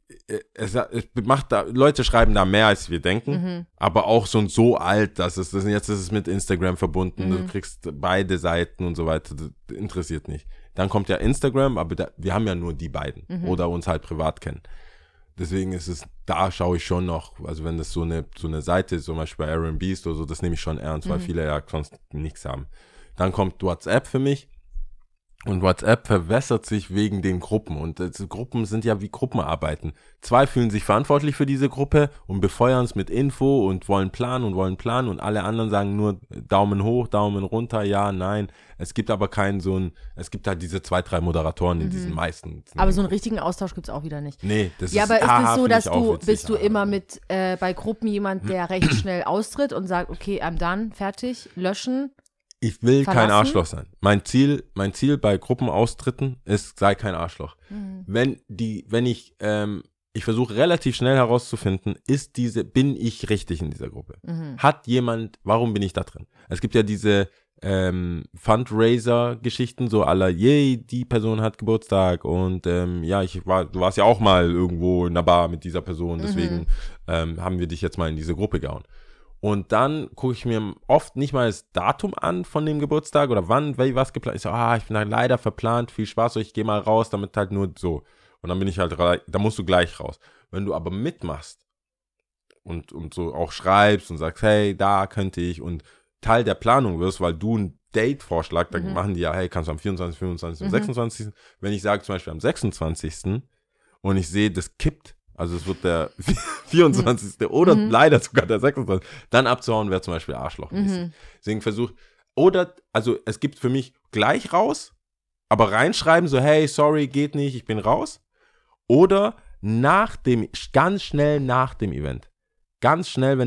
macht da, Leute schreiben da mehr, als wir denken, aber auch so alt, jetzt ist es mit Instagram verbunden, du kriegst beide Seiten und so weiter, das interessiert nicht. Dann kommt ja Instagram, aber wir haben ja nur die beiden oder uns halt privat kennen. Deswegen ist es, da schaue ich schon noch, also wenn das so eine Seite ist, zum Beispiel bei Aaron Beast oder so, das nehme ich schon ernst, weil viele ja sonst nichts haben. Dann kommt WhatsApp für mich und WhatsApp verwässert sich wegen den Gruppen und Gruppen sind ja wie Gruppenarbeiten. Zwei fühlen sich verantwortlich für diese Gruppe und befeuern es mit Info und wollen planen und alle anderen sagen nur Daumen hoch, Daumen runter, ja, nein. Es gibt aber es gibt halt diese 2, 3 Moderatoren in diesen meisten. Aber so einen richtigen Austausch gibt es auch wieder nicht. Nee, das ist ja, aber ist es so, dass bist du immer mit bei Gruppen jemand, der recht schnell austritt und sagt, okay, I'm done, fertig, löschen? Ich will kein Arschloch sein. Mein Ziel bei Gruppenaustritten ist, sei kein Arschloch. Ich versuche relativ schnell herauszufinden, bin ich richtig in dieser Gruppe? Hat jemand, warum bin ich da drin? Es gibt ja diese Fundraiser-Geschichten, so aller, die Person hat Geburtstag und du warst ja auch mal irgendwo in einer Bar mit dieser Person, deswegen haben wir dich jetzt mal in diese Gruppe gehauen. Und dann gucke ich mir oft nicht mal das Datum an von dem Geburtstag oder wann, was geplant ist. Ich so, ich bin halt leider verplant, viel Spaß, ich gehe mal raus, damit halt nur so. Und dann bin ich halt, da musst du gleich raus. Wenn du aber mitmachst und so auch schreibst und sagst, hey, da könnte ich und Teil der Planung wirst, weil du ein Date vorschlagst, dann machen die ja, hey, kannst du am 24., 25. und 26. Wenn ich sage zum Beispiel am 26. und ich sehe, das kippt, also es wird der 24. oder leider sogar der 26. Dann abzuhauen wäre zum Beispiel arschlochmäßig. Deswegen also es gibt für mich gleich raus, aber reinschreiben so, hey, sorry, geht nicht, ich bin raus. Oder ganz schnell nach dem Event. Ganz schnell,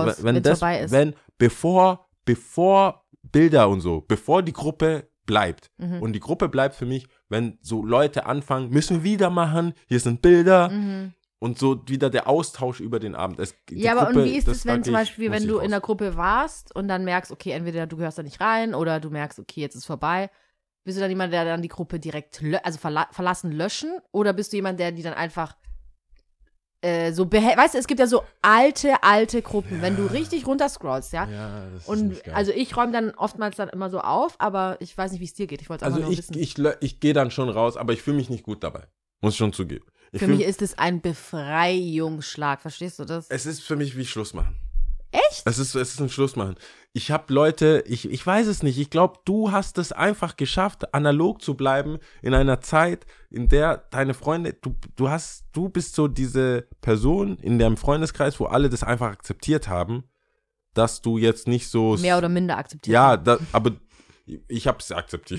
bevor Bilder und so, bevor die Gruppe bleibt. Und die Gruppe bleibt für mich, wenn so Leute anfangen, müssen wir wieder machen, hier sind Bilder. und so wieder der Austausch über den Abend. Ja, aber und wie ist es, wenn zum Beispiel, wenn du in der Gruppe warst und dann merkst, okay, entweder du gehörst da nicht rein oder du merkst, okay, jetzt ist vorbei. Bist du dann jemand, der dann die Gruppe direkt verlassen, löschen? Oder bist du jemand, der die dann einfach weißt du, es gibt ja so alte Gruppen, wenn du richtig runterscrollst, ja. Ja, das ist und nicht geil. also ich räume dann oftmals dann immer so auf, aber ich weiß nicht, wie es dir geht. Ich wollte einfach nur wissen. Ich gehe dann schon raus, aber ich fühle mich nicht gut dabei. Muss ich schon zugeben. Für mich ist es ein Befreiungsschlag, verstehst du das? Es ist für mich wie Schluss machen. Echt? Es ist ein Schluss machen. Ich habe Leute, ich weiß es nicht, ich glaube, du hast es einfach geschafft, analog zu bleiben in einer Zeit, in der deine Freunde, du bist so diese Person in deinem Freundeskreis, wo alle das einfach akzeptiert haben, dass du jetzt nicht so... Mehr oder minder akzeptiert. Ja, aber ich habe es akzeptiert.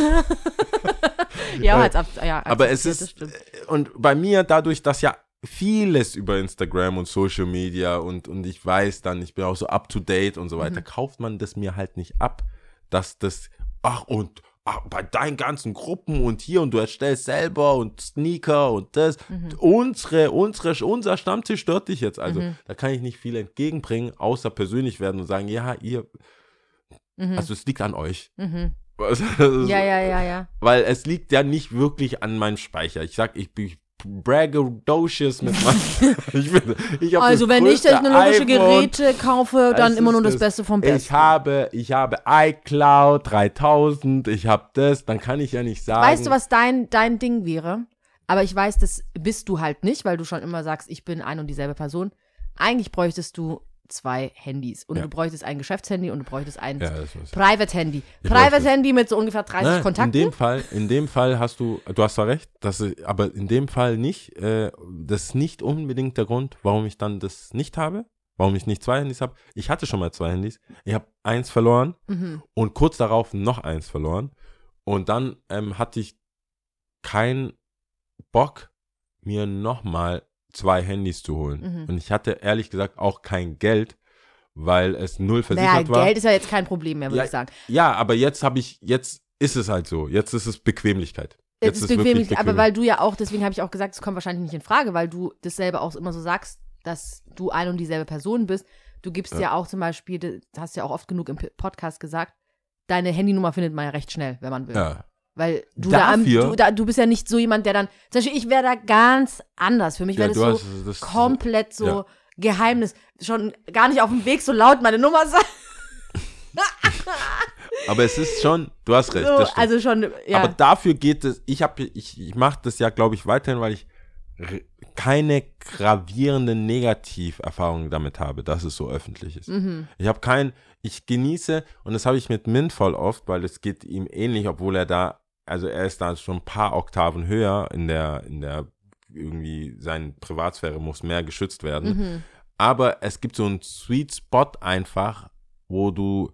Aber es ist, und bei mir dadurch, dass ja vieles über Instagram und Social Media und ich weiß dann, ich bin auch so up to date und so weiter, kauft man das mir halt nicht ab, dass das, bei deinen ganzen Gruppen und hier und du erstellst selber und Sneaker und das, unser Stammtisch stört dich jetzt, also da kann ich nicht viel entgegenbringen, außer persönlich werden und sagen, ja, also es liegt an euch. Ja. Weil es liegt ja nicht wirklich an meinem Speicher. Ich sag, ich bin braggadocious mit meinem. Also wenn ich technologische Geräte kaufe, dann immer nur das Beste vom Besten. Ich habe iCloud 3000, ich habe das, dann kann ich ja nicht sagen. Weißt du, was dein Ding wäre? Aber ich weiß, das bist du halt nicht, weil du schon immer sagst, ich bin ein und dieselbe Person. Eigentlich bräuchtest du 2 Handys. Und du bräuchtest ein Geschäftshandy und du bräuchtest ein Private-Handy. Private-Handy mit so ungefähr 30 Kontakten. In dem Fall hast du hast zwar recht, aber in dem Fall nicht. Das ist nicht unbedingt der Grund, warum ich dann das nicht habe. Warum ich nicht 2 Handys habe. Ich hatte schon mal 2 Handys. Ich habe 1 verloren und kurz darauf noch 1 verloren. Und dann hatte ich keinen Bock, mir nochmal 2 Handys zu holen. Und ich hatte ehrlich gesagt auch kein Geld, weil es null versichert war. Geld ist ja jetzt kein Problem mehr, würde ich sagen. Ja, aber jetzt ist es halt so. Jetzt ist es Bequemlichkeit. Jetzt ist Bequemlichkeit, aber weil du ja auch, deswegen habe ich auch gesagt, es kommt wahrscheinlich nicht in Frage, weil du dasselbe auch immer so sagst, dass du ein und dieselbe Person bist. Du gibst ja auch zum Beispiel, das hast du ja auch oft genug im Podcast gesagt, deine Handynummer findet man ja recht schnell, wenn man will. Ja. Weil du bist ja nicht so jemand, der dann, zum Beispiel ich wäre da ganz anders. Für mich wäre das komplett so Geheimnis. Schon gar nicht auf dem Weg so laut meine Nummer sagen. Aber es ist schon, du hast recht. So, also schon, ja. Aber dafür geht es, ich mache das ja, glaube ich, weiterhin, weil ich keine gravierenden Negativerfahrungen damit habe, dass es so öffentlich ist. Ich genieße, und das habe ich mit Mint voll oft, weil es geht ihm ähnlich, obwohl er ist da schon ein paar Oktaven höher in der irgendwie, seine Privatsphäre muss mehr geschützt werden. Aber es gibt so einen Sweet Spot einfach, wo du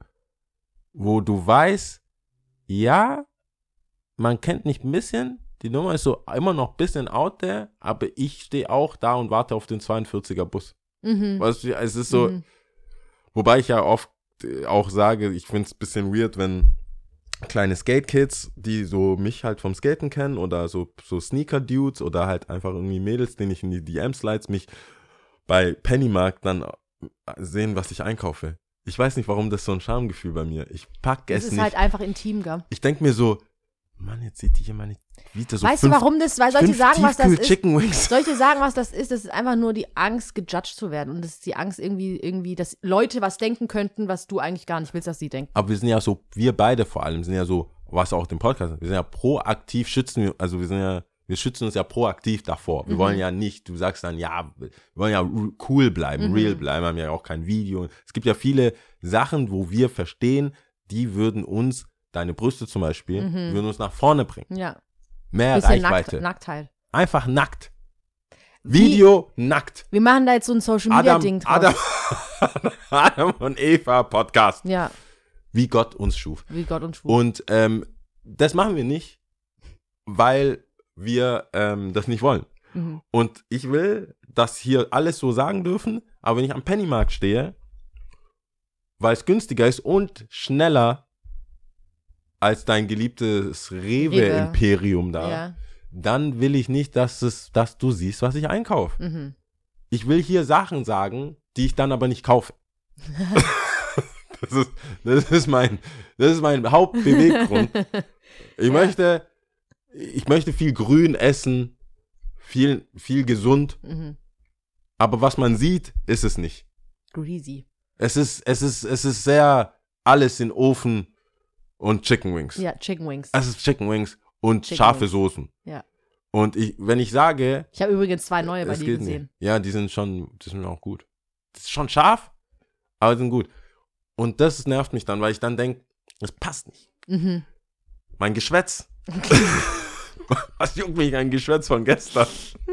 weißt, ja, man kennt nicht ein bisschen, die Nummer ist so immer noch ein bisschen out there, aber ich stehe auch da und warte auf den 42er Bus. Weißt du, es ist so, wobei ich ja oft auch sage, ich finde es ein bisschen weird, wenn kleine Skate-Kids, die so mich halt vom Skaten kennen oder so Sneaker-Dudes oder halt einfach irgendwie Mädels, denen ich in die DM-Slides mich bei Pennymarkt dann sehen, was ich einkaufe. Ich weiß nicht, warum das so ein Schamgefühl bei mir. Ich pack es nicht. Das ist halt einfach intim, gell? Ich denke mir so, Mann, jetzt sieht die hier meine Vita so. Weißt du, warum das? Weil soll ich dir sagen, was das ist? Chicken Wings. Soll ich dir sagen, was das ist? Das ist einfach nur die Angst, gejudged zu werden. Und das ist die Angst irgendwie, dass Leute was denken könnten, was du eigentlich gar nicht willst, dass sie denken. Aber wir sind ja so, wir beide vor allem, sind ja so, was auch den Podcast, wir sind ja proaktiv, wir schützen uns ja proaktiv davor. Wir wollen ja nicht, du sagst dann, ja, wir wollen ja cool bleiben, real bleiben, haben ja auch kein Video. Es gibt ja viele Sachen, wo wir verstehen, die würden uns, deine Brüste zum Beispiel, würden uns nach vorne bringen. Ja. Mehr bisschen Reichweite. Nacktheit. Einfach nackt. Video nackt. Wir machen da jetzt so ein Social-Media-Ding draus. Adam und Eva Podcast. Ja. Wie Gott uns schuf. Und das machen wir nicht, weil wir das nicht wollen. Und ich will das hier alles so sagen dürfen, aber wenn ich am Pennymarkt stehe, weil es günstiger ist und schneller als dein geliebtes Rewe-Imperium da, dann will ich nicht, dass du siehst, was ich einkaufe. Mhm. Ich will hier Sachen sagen, die ich dann aber nicht kaufe. Das ist mein Hauptbeweggrund. Ich möchte viel Grün essen, viel gesund, aber was man sieht, ist es nicht. Greasy. Es ist sehr alles in Ofen und Chicken Wings. Ja, Chicken Wings. Es ist Chicken Wings und Chicken scharfe Wings. Soßen. Ja. Und wenn ich sage, Ich habe übrigens 2 neue bei es dir geht gesehen. nicht. Ja, die sind auch gut. Das ist schon scharf, aber die sind gut. Und das nervt mich dann, weil ich dann denke, das passt nicht. Mhm. Mein Geschwätz. Was juckt mich ein Geschwätz von gestern?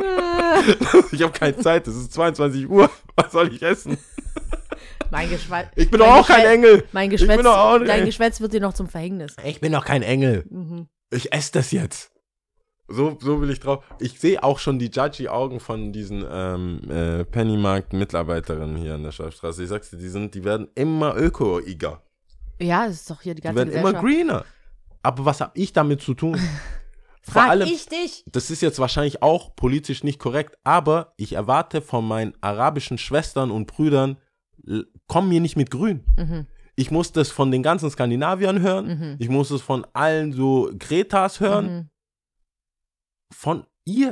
Ich habe keine Zeit, es ist 22 Uhr. Was soll ich essen? Ich bin doch auch kein Engel. Dein Geschwätz wird dir noch zum Verhängnis. Ich bin doch kein Engel. Ich esse das jetzt. So will ich drauf. Ich sehe auch schon die judgy-Augen von diesen Pennymarkt-Mitarbeiterinnen hier an der Schafstraße. Ich sag's dir, die werden immer ökoiger. Ja, das ist doch hier die Die ganze werden Gesellschaft. immer greener. Aber was habe ich damit zu tun? Frag ich dich. Das ist jetzt wahrscheinlich auch politisch nicht korrekt, aber ich erwarte von meinen arabischen Schwestern und Brüdern, komm mir nicht mit Grün. Ich muss das von den ganzen Skandinaviern hören. Ich muss es von allen so Gretas hören. Von ihr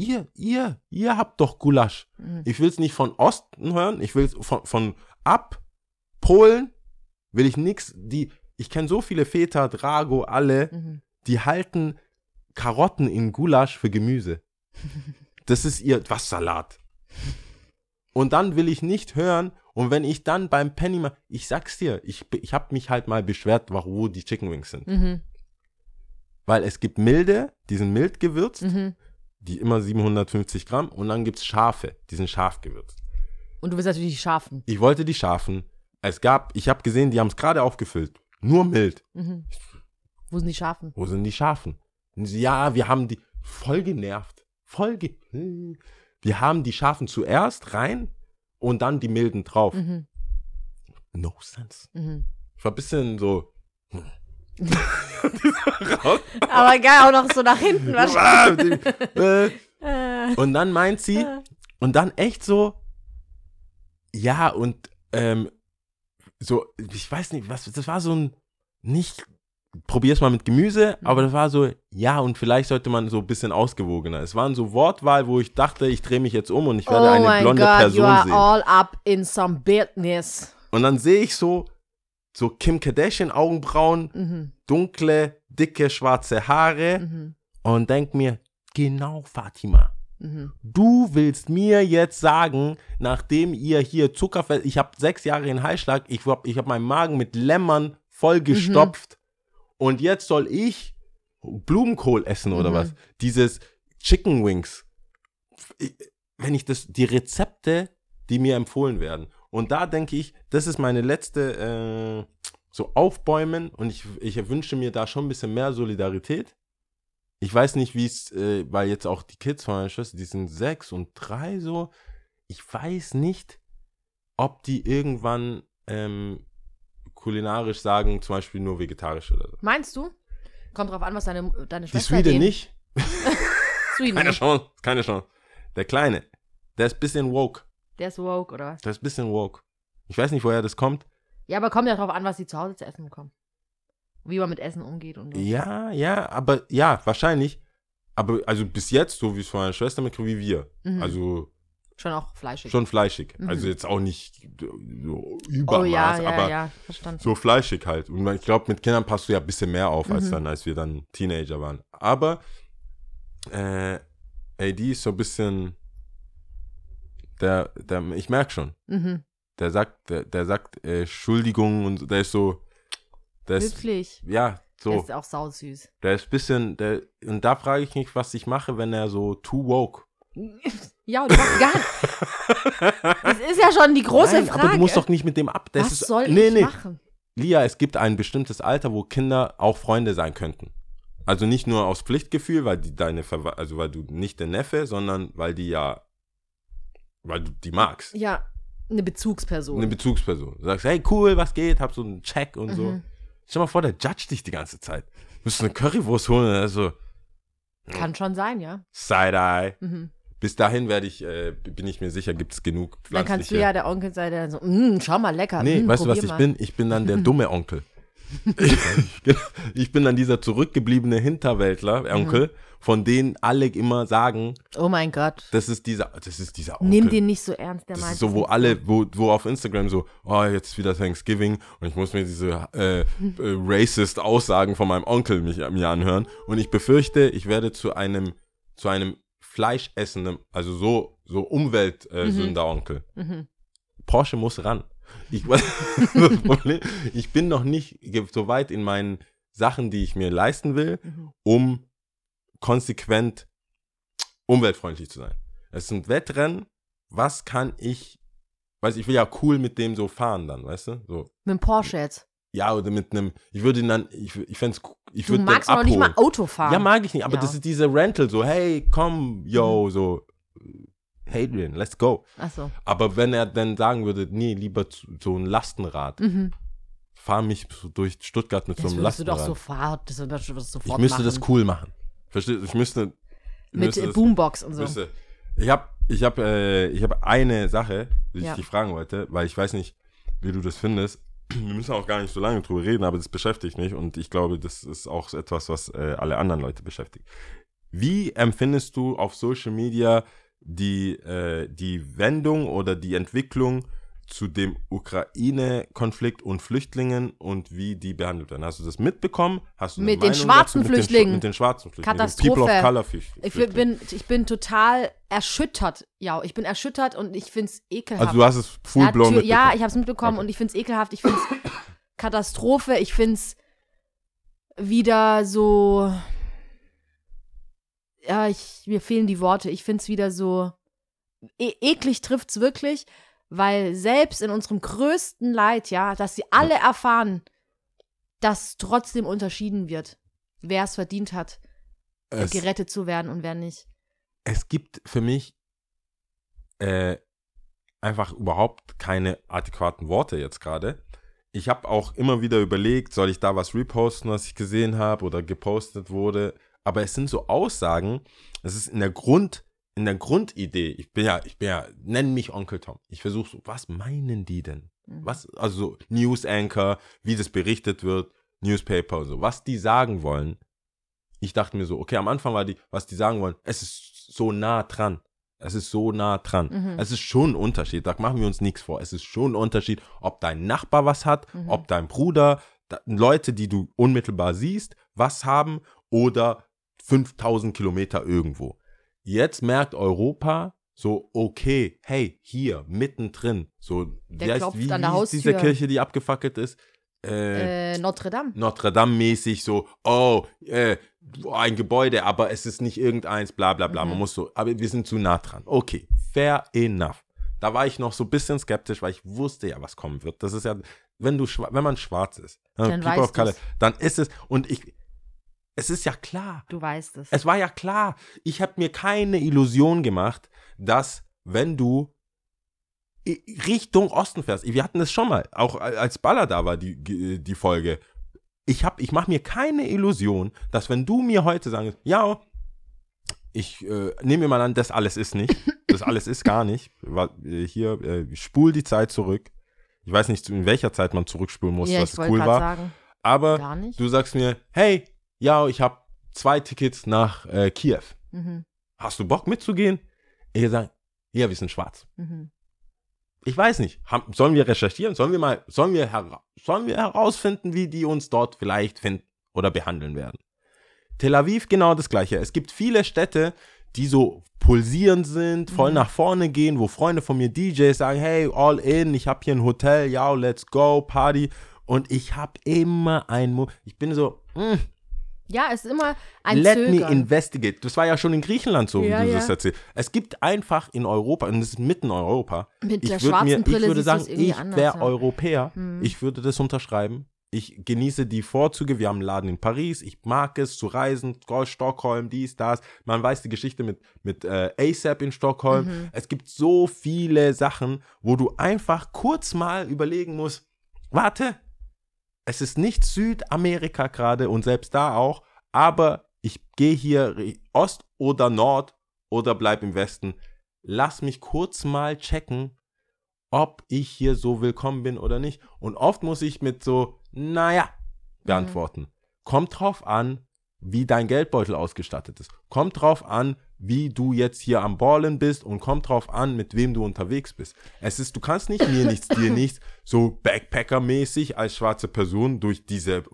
habt doch Gulasch. Ich will es nicht von Osten hören, ich will es von Polen will ich nichts. Ich kenne so viele Väter, Drago, alle, die halten Karotten in Gulasch für Gemüse. Das ist was Salat. Und dann will ich nicht hören, und wenn ich dann beim Penny ich sag's dir, ich habe mich halt mal beschwert, wo die Chicken Wings sind. Weil es gibt milde, die sind mild gewürzt, die immer 750 Gramm, und dann gibt's scharfe, die sind scharf gewürzt. Und du willst natürlich die scharfen. Ich wollte die scharfen. Ich habe gesehen, die haben es gerade aufgefüllt. Nur mild. Wo sind die scharfen? Wo sind die scharfen? Und sie, ja, wir haben die voll genervt. Wir haben die scharfen zuerst rein und dann die milden drauf. No sense. Ich war ein bisschen so. Aber geil, auch noch so nach hinten wahrscheinlich. Und dann meint sie, und dann echt so, ja, und so, ich weiß nicht, das war so ein, nicht, probier's mal mit Gemüse, aber das war so, ja, und vielleicht sollte man so ein bisschen ausgewogener. Es waren so Wortwahl, wo ich dachte, ich drehe mich jetzt um und ich werde eine blonde Person you are sehen. all up in some business. Und dann sehe ich so Kim Kardashian Augenbrauen, dunkle, dicke, schwarze Haare und denk mir, genau, Fatima. Du willst mir jetzt sagen, nachdem ihr hier Zuckerfett, ich habe 6 Jahre in Heißschlag, ich hab meinen Magen mit Lämmern vollgestopft und jetzt soll ich Blumenkohl essen oder was? Dieses Chicken Wings. Wenn ich die Rezepte, die mir empfohlen werden. Und da denke ich, das ist meine letzte so Aufbäumen, und ich wünsche mir da schon ein bisschen mehr Solidarität. Ich weiß nicht, wie es, weil jetzt auch die Kids von meiner Schwester, die sind 6 und 3 so. Ich weiß nicht, ob die irgendwann kulinarisch sagen, zum Beispiel nur vegetarisch oder so. Meinst du? Kommt drauf an, was deine Die Schwester Swede nicht. Sweden Keine nicht. Chance, keine Chance. Der Kleine, der ist ein bisschen woke. Der ist woke, oder was? Der ist ein bisschen woke. Ich weiß nicht, woher das kommt. Ja, aber kommt ja drauf an, was sie zu Hause zu essen bekommen. Wie man mit Essen umgeht und so. Ja, aber ja, wahrscheinlich. Aber also bis jetzt, so wie es von meiner Schwester mitkriege, wie wir. Also Schon auch fleischig. schon fleischig. Also jetzt auch nicht so Übermaß, Oh ja, aber ja, verstanden. so fleischig halt. Und ich glaube, mit Kindern passt du ja ein bisschen mehr auf, als wir dann Teenager waren. Aber AD ist so ein bisschen ich merke schon. Der sagt Entschuldigung, und der ist so, Höflich. ja, so. Der ist auch sausüß. Der ist ein bisschen, und da frage ich mich, was ich mache, wenn er so too woke. Ja, du machst gar nicht. Das ist ja schon die große Nein, Frage. aber du musst doch nicht mit dem ab. Was soll ich machen? Lia, es gibt ein bestimmtes Alter, wo Kinder auch Freunde sein könnten. Also nicht nur aus Pflichtgefühl, weil weil du nicht der Neffe, sondern weil du die magst. Ja, eine Bezugsperson. Eine Bezugsperson. Du sagst, hey, cool, was geht? Hab so einen Check und so. Stell mal vor, der judgt dich die ganze Zeit. Du musst eine Currywurst holen, also Kann schon sein, ja. Side-Eye. Bis dahin bin ich mir sicher, gibt es genug pflanzliche. Dann kannst du ja der Onkel sein, der so, schau mal, lecker. Nee, weißt du, was ich mal. bin? Ich bin dann der dumme Onkel. Ich bin dann dieser zurückgebliebene Hinterwäldler-Onkel, von denen alle immer sagen, oh mein Gott. Das ist dieser Onkel. Nimm den nicht so ernst, der das meint ist so, wo alle, wo auf Instagram so, oh, jetzt ist wieder Thanksgiving und ich muss mir diese racist Aussagen von meinem Onkel mir anhören und ich befürchte, ich werde zu einem fleischessenden, also so Umweltsünder-Onkel. Porsche muss ran. Das Problem, ich bin noch nicht so weit in meinen Sachen, die ich mir leisten will, um konsequent umweltfreundlich zu sein. Es sind Wettrennen, was kann ich will ja cool mit dem so fahren dann, weißt du? So. Mit dem Porsche jetzt? Ja, oder mit einem, ich würde ihn dann, ich fände es, ich würde den abholen. Du magst noch nicht mal Auto fahren. Ja, mag ich nicht, aber das ist diese Rental, so, hey, komm, yo, so, Hadrian, let's go. Ach so. Aber wenn er dann sagen würde, nee, lieber so ein Lastenrad, fahr mich so durch Stuttgart mit so einem Lastenrad. Das würdest du doch sofort Ich müsste machen. das cool machen. Verstehst du? Ich müsste mit Boombox und so. Ich hab eine Sache, die ich dich fragen wollte, weil ich weiß nicht, wie du das findest. Wir müssen auch gar nicht so lange drüber reden, aber das beschäftigt mich und ich glaube, das ist auch etwas, was alle anderen Leute beschäftigt. Wie empfindest du auf Social Media die Wendung oder die Entwicklung zu dem Ukraine-Konflikt und Flüchtlingen und wie die behandelt werden? Hast du das mitbekommen? Hast du mit den schwarzen Flüchtlingen? Mit den schwarzen Flüchtlingen. Katastrophe. People of Color Flüchtlingen. Ich bin total erschüttert. Ja, ich bin erschüttert und ich finde es ekelhaft. Also du hast es full-blown mitbekommen? Ja, ich habe es mitbekommen und ich finde es ekelhaft. Ich finde es Katastrophe. Ich finde es wieder so, ja, mir fehlen die Worte. Ich finde es wieder so, eklig trifft es wirklich, weil selbst in unserem größten Leid, ja, dass sie alle erfahren, dass trotzdem unterschieden wird, wer es verdient hat, gerettet zu werden und wer nicht. Es gibt für mich einfach überhaupt keine adäquaten Worte jetzt gerade. Ich habe auch immer wieder überlegt, soll ich da was reposten, was ich gesehen habe oder gepostet wurde. Aber es sind so Aussagen, es ist in der Grundidee, ich bin ja, nenn mich Onkel Tom. Ich versuche so, was meinen die denn? Was, also so News Anchor, wie das berichtet wird, Newspaper und so, was die sagen wollen. Ich dachte mir so, okay, am Anfang war was die sagen wollen, es ist so nah dran. Es ist so nah dran. Es ist schon ein Unterschied, da machen wir uns nichts vor. Es ist schon ein Unterschied, ob dein Nachbar was hat, ob dein Bruder, Leute, die du unmittelbar siehst, was haben oder 5000 Kilometer irgendwo. Jetzt merkt Europa so, okay, hey, hier, mittendrin. So, wie ist diese Kirche, die abgefackelt ist? Notre Dame. Notre Dame-mäßig so, ein Gebäude, aber es ist nicht irgendeins, bla bla bla. Man muss so, aber wir sind zu nah dran. Okay, fair enough. Da war ich noch so ein bisschen skeptisch, weil ich wusste ja, was kommen wird. Das ist ja, wenn man schwarz ist, dann weißt du's. Dann ist es, es ist ja klar. Du weißt es. Es war ja klar. Ich habe mir keine Illusion gemacht, dass wenn du Richtung Osten fährst, wir hatten das schon mal, auch als Baller da war die Folge, ich mache mir keine Illusion, dass wenn du mir heute sagst, ja, ich nehme mir mal an, das alles ist nicht, das alles ist gar nicht, hier, spul die Zeit zurück. Ich weiß nicht, in welcher Zeit man zurückspulen muss, dass es cool war. Sagen, aber du sagst mir, hey, ja, ich habe 2 Tickets nach Kiew. Hast du Bock mitzugehen? Ich sage, ja, wir sind schwarz. Ich weiß nicht. Sollen wir recherchieren? Sollen wir herausfinden, wie die uns dort vielleicht finden oder behandeln werden? Tel Aviv genau das Gleiche. Es gibt viele Städte, die so pulsierend sind, voll nach vorne gehen, wo Freunde von mir DJs sagen, hey, all in, ich habe hier ein Hotel, ja, let's go, Party. Und ich habe immer ich bin so, ja, es ist immer ein Let Zögern. me investigate. Das war ja schon in Griechenland so, wie du das erzählst. Es gibt einfach in Europa, und das ist mitten in Europa, mit der schwarzen Brille ich würde sagen, ich anders, wäre Europäer, ich würde das unterschreiben. Ich genieße die Vorzüge, wir haben einen Laden in Paris, ich mag es zu reisen, Stockholm, dies, das. Man weiß die Geschichte mit ASAP in Stockholm. Es gibt so viele Sachen, wo du einfach kurz mal überlegen musst, warte, es ist nicht Südamerika gerade und selbst da auch, aber ich gehe hier Ost oder Nord oder bleib im Westen. Lass mich kurz mal checken, ob ich hier so willkommen bin oder nicht. Und oft muss ich mit so, naja, beantworten. Kommt drauf an, wie dein Geldbeutel ausgestattet ist. Kommt drauf an, wie du jetzt hier am Ballen bist und kommt drauf an, mit wem du unterwegs bist. Du kannst nicht mir nichts, dir nichts, so Backpacker-mäßig als schwarze Person durch dieses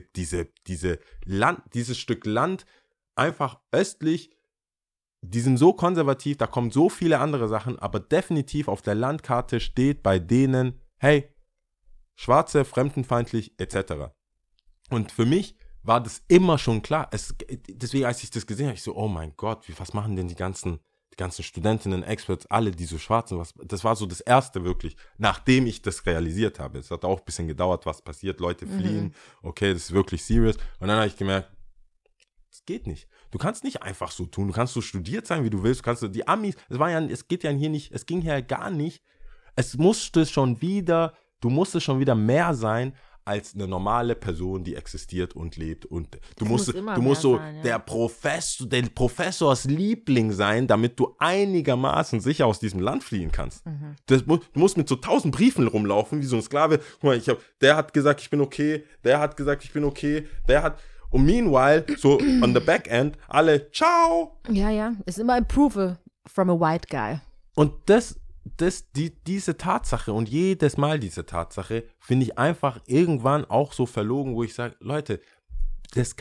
Stück Land einfach östlich, die sind so konservativ, da kommen so viele andere Sachen, aber definitiv auf der Landkarte steht bei denen, hey, Schwarze, fremdenfeindlich, etc. Und für mich war das immer schon klar. Deswegen, als ich das gesehen habe, ich so, oh mein Gott, was machen denn die ganzen Studentinnen, Experts, alle, die so Schwarzen, das war so das Erste wirklich, nachdem ich das realisiert habe. Es hat auch ein bisschen gedauert, was passiert, Leute fliehen, okay, das ist wirklich serious. Und dann habe ich gemerkt, das geht nicht. Du kannst nicht einfach so tun. Du kannst so studiert sein, wie du willst. Du kannst die Amis, es ging ja gar nicht. Du musstest schon wieder mehr sein als eine normale Person, die existiert und lebt. Und du musst so sein, ja. Der Professors Liebling sein, damit du einigermaßen sicher aus diesem Land fliehen kannst. Du musst mit so 1000 Briefen rumlaufen, wie so ein Sklave. Guck mal, der hat gesagt, ich bin okay, der hat gesagt, ich bin okay, und meanwhile, so on the back end, alle, ciao. Ja, ist immer approval from a white guy. Und diese Tatsache und jedes Mal diese Tatsache finde ich einfach irgendwann auch so verlogen, wo ich sage, Leute, das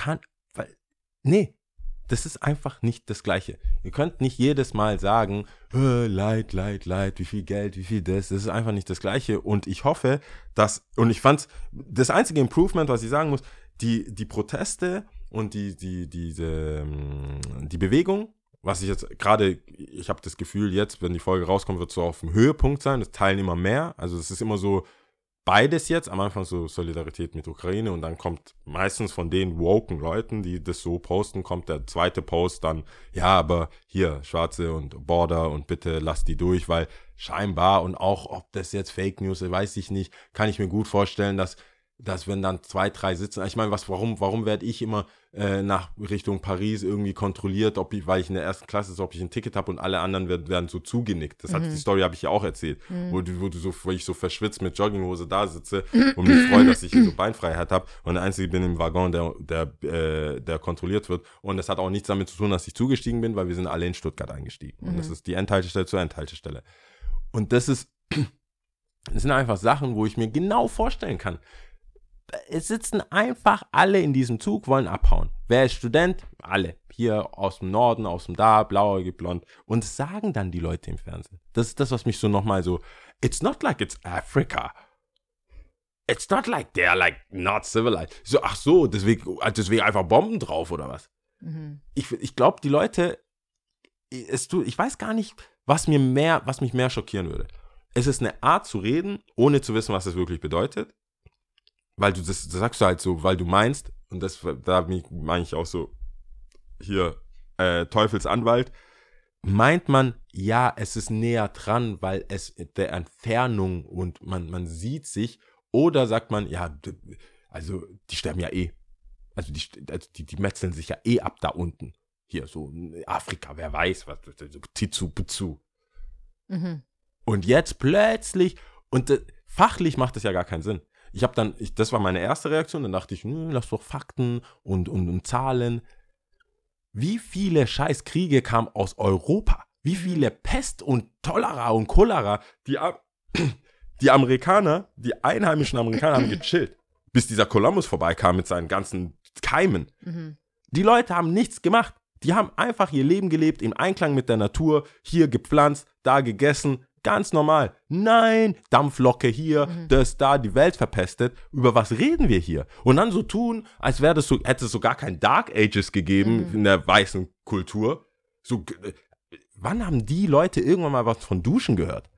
ist einfach nicht das Gleiche. Ihr könnt nicht jedes Mal sagen, Leid, wie viel Geld, wie viel das ist einfach nicht das Gleiche. Und ich hoffe, und ich fand's, das einzige Improvement, was ich sagen muss, die Proteste und die Bewegung, was ich jetzt gerade, ich habe das Gefühl, jetzt, wenn die Folge rauskommt, wird es so auf dem Höhepunkt sein, das teilen immer mehr, also es ist immer so beides jetzt, am Anfang so Solidarität mit Ukraine und dann kommt meistens von den woken Leuten, die das so posten, kommt der zweite Post dann, ja, aber hier, Schwarze und Border und bitte lasst die durch, weil scheinbar und auch, ob das jetzt Fake News ist, weiß ich nicht, kann ich mir gut vorstellen, dass wenn dann 2, 3 sitzen, ich meine, warum werde ich immer nach Richtung Paris irgendwie kontrolliert, weil ich in der ersten Klasse ist, ob ich ein Ticket habe und alle anderen werden so zugenickt. Die Story habe ich ja auch erzählt, wo ich so verschwitzt mit Jogginghose da sitze und mich freue, dass ich hier so Beinfreiheit habe und der Einzige bin im Waggon, der kontrolliert wird. Und das hat auch nichts damit zu tun, dass ich zugestiegen bin, weil wir sind alle in Stuttgart eingestiegen. Und das ist die Endhaltestelle zur Endhaltestelle. Und das sind einfach Sachen, wo ich mir genau vorstellen kann, es sitzen einfach alle in diesem Zug, wollen abhauen. Wer ist Student? Alle. Hier aus dem Norden, aus dem da, blauäugig, blond. Und das sagen dann die Leute im Fernsehen. Das ist das, was mich so nochmal so, it's not like it's Africa. It's not like they're like not civilized. So, ach so, deswegen einfach Bomben drauf oder was? Ich glaube, die Leute, ich weiß gar nicht, was mich mehr schockieren würde. Es ist eine Art zu reden, ohne zu wissen, was es wirklich bedeutet. Weil das sagst du halt so, weil du meinst, und da meine ich auch so, hier, Teufelsanwalt, meint man, ja, es ist näher dran, weil es der Entfernung und man sieht sich, oder sagt man, ja, also die sterben ja eh. Also die metzeln sich ja eh ab da unten. Hier, so Afrika, wer weiß, was, Tizu, Buzu. Und jetzt plötzlich, und fachlich macht das ja gar keinen Sinn. Das war meine erste Reaktion, dann dachte ich, lass doch Fakten und Zahlen. Wie viele scheiß Kriege kamen aus Europa? Wie viele Pest und Cholera und Cholera? Die Amerikaner, die einheimischen Amerikaner haben gechillt, bis dieser Columbus vorbeikam mit seinen ganzen Keimen. Die Leute haben nichts gemacht. Die haben einfach ihr Leben gelebt, im Einklang mit der Natur, hier gepflanzt, da gegessen, ganz normal. Nein, Dampflocke hier, das da, die Welt verpestet. Über was reden wir hier? Und dann so tun, als hätte es so gar kein Dark Ages gegeben in der weißen Kultur. So, wann haben die Leute irgendwann mal was von Duschen gehört?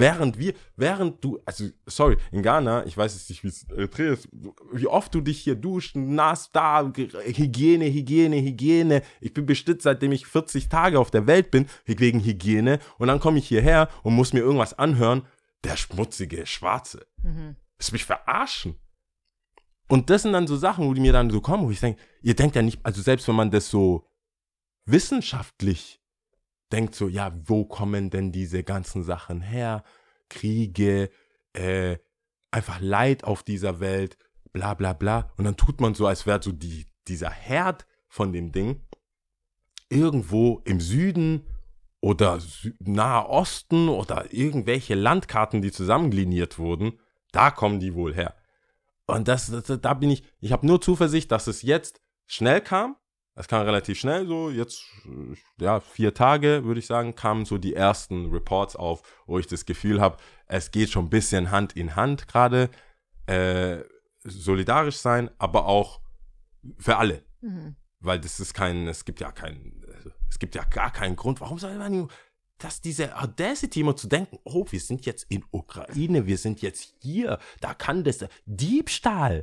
In Ghana, ich weiß jetzt nicht, wie es ist, wie oft du dich hier duscht, nass da, Hygiene. Ich bin bestimmt, seitdem ich 40 Tage auf der Welt bin, wegen Hygiene. Und dann komme ich hierher und muss mir irgendwas anhören. Der schmutzige Schwarze. Das mich verarschen. Und das sind dann so Sachen, wo die mir dann so kommen, wo ich denke, ihr denkt ja nicht, also selbst wenn man das so wissenschaftlich denkt, so, ja, wo kommen denn diese ganzen Sachen her? Kriege, einfach Leid auf dieser Welt, bla bla bla. Und dann tut man so, als wäre so dieser Herd von dem Ding irgendwo im Süden oder Nahe Osten oder irgendwelche Landkarten, die zusammengliniert wurden, da kommen die wohl her. Und da bin ich habe nur Zuversicht, dass es jetzt schnell kam. Es kam relativ schnell, so jetzt, 4 Tage, würde ich sagen, kamen so die ersten Reports auf, wo ich das Gefühl habe, es geht schon ein bisschen Hand in Hand gerade, solidarisch sein, aber auch für alle. Mhm. Weil es gibt ja gar keinen Grund, warum soll man, dass diese Audacity immer zu denken, oh, wir sind jetzt in Ukraine, wir sind jetzt hier, da kann das, Diebstahl,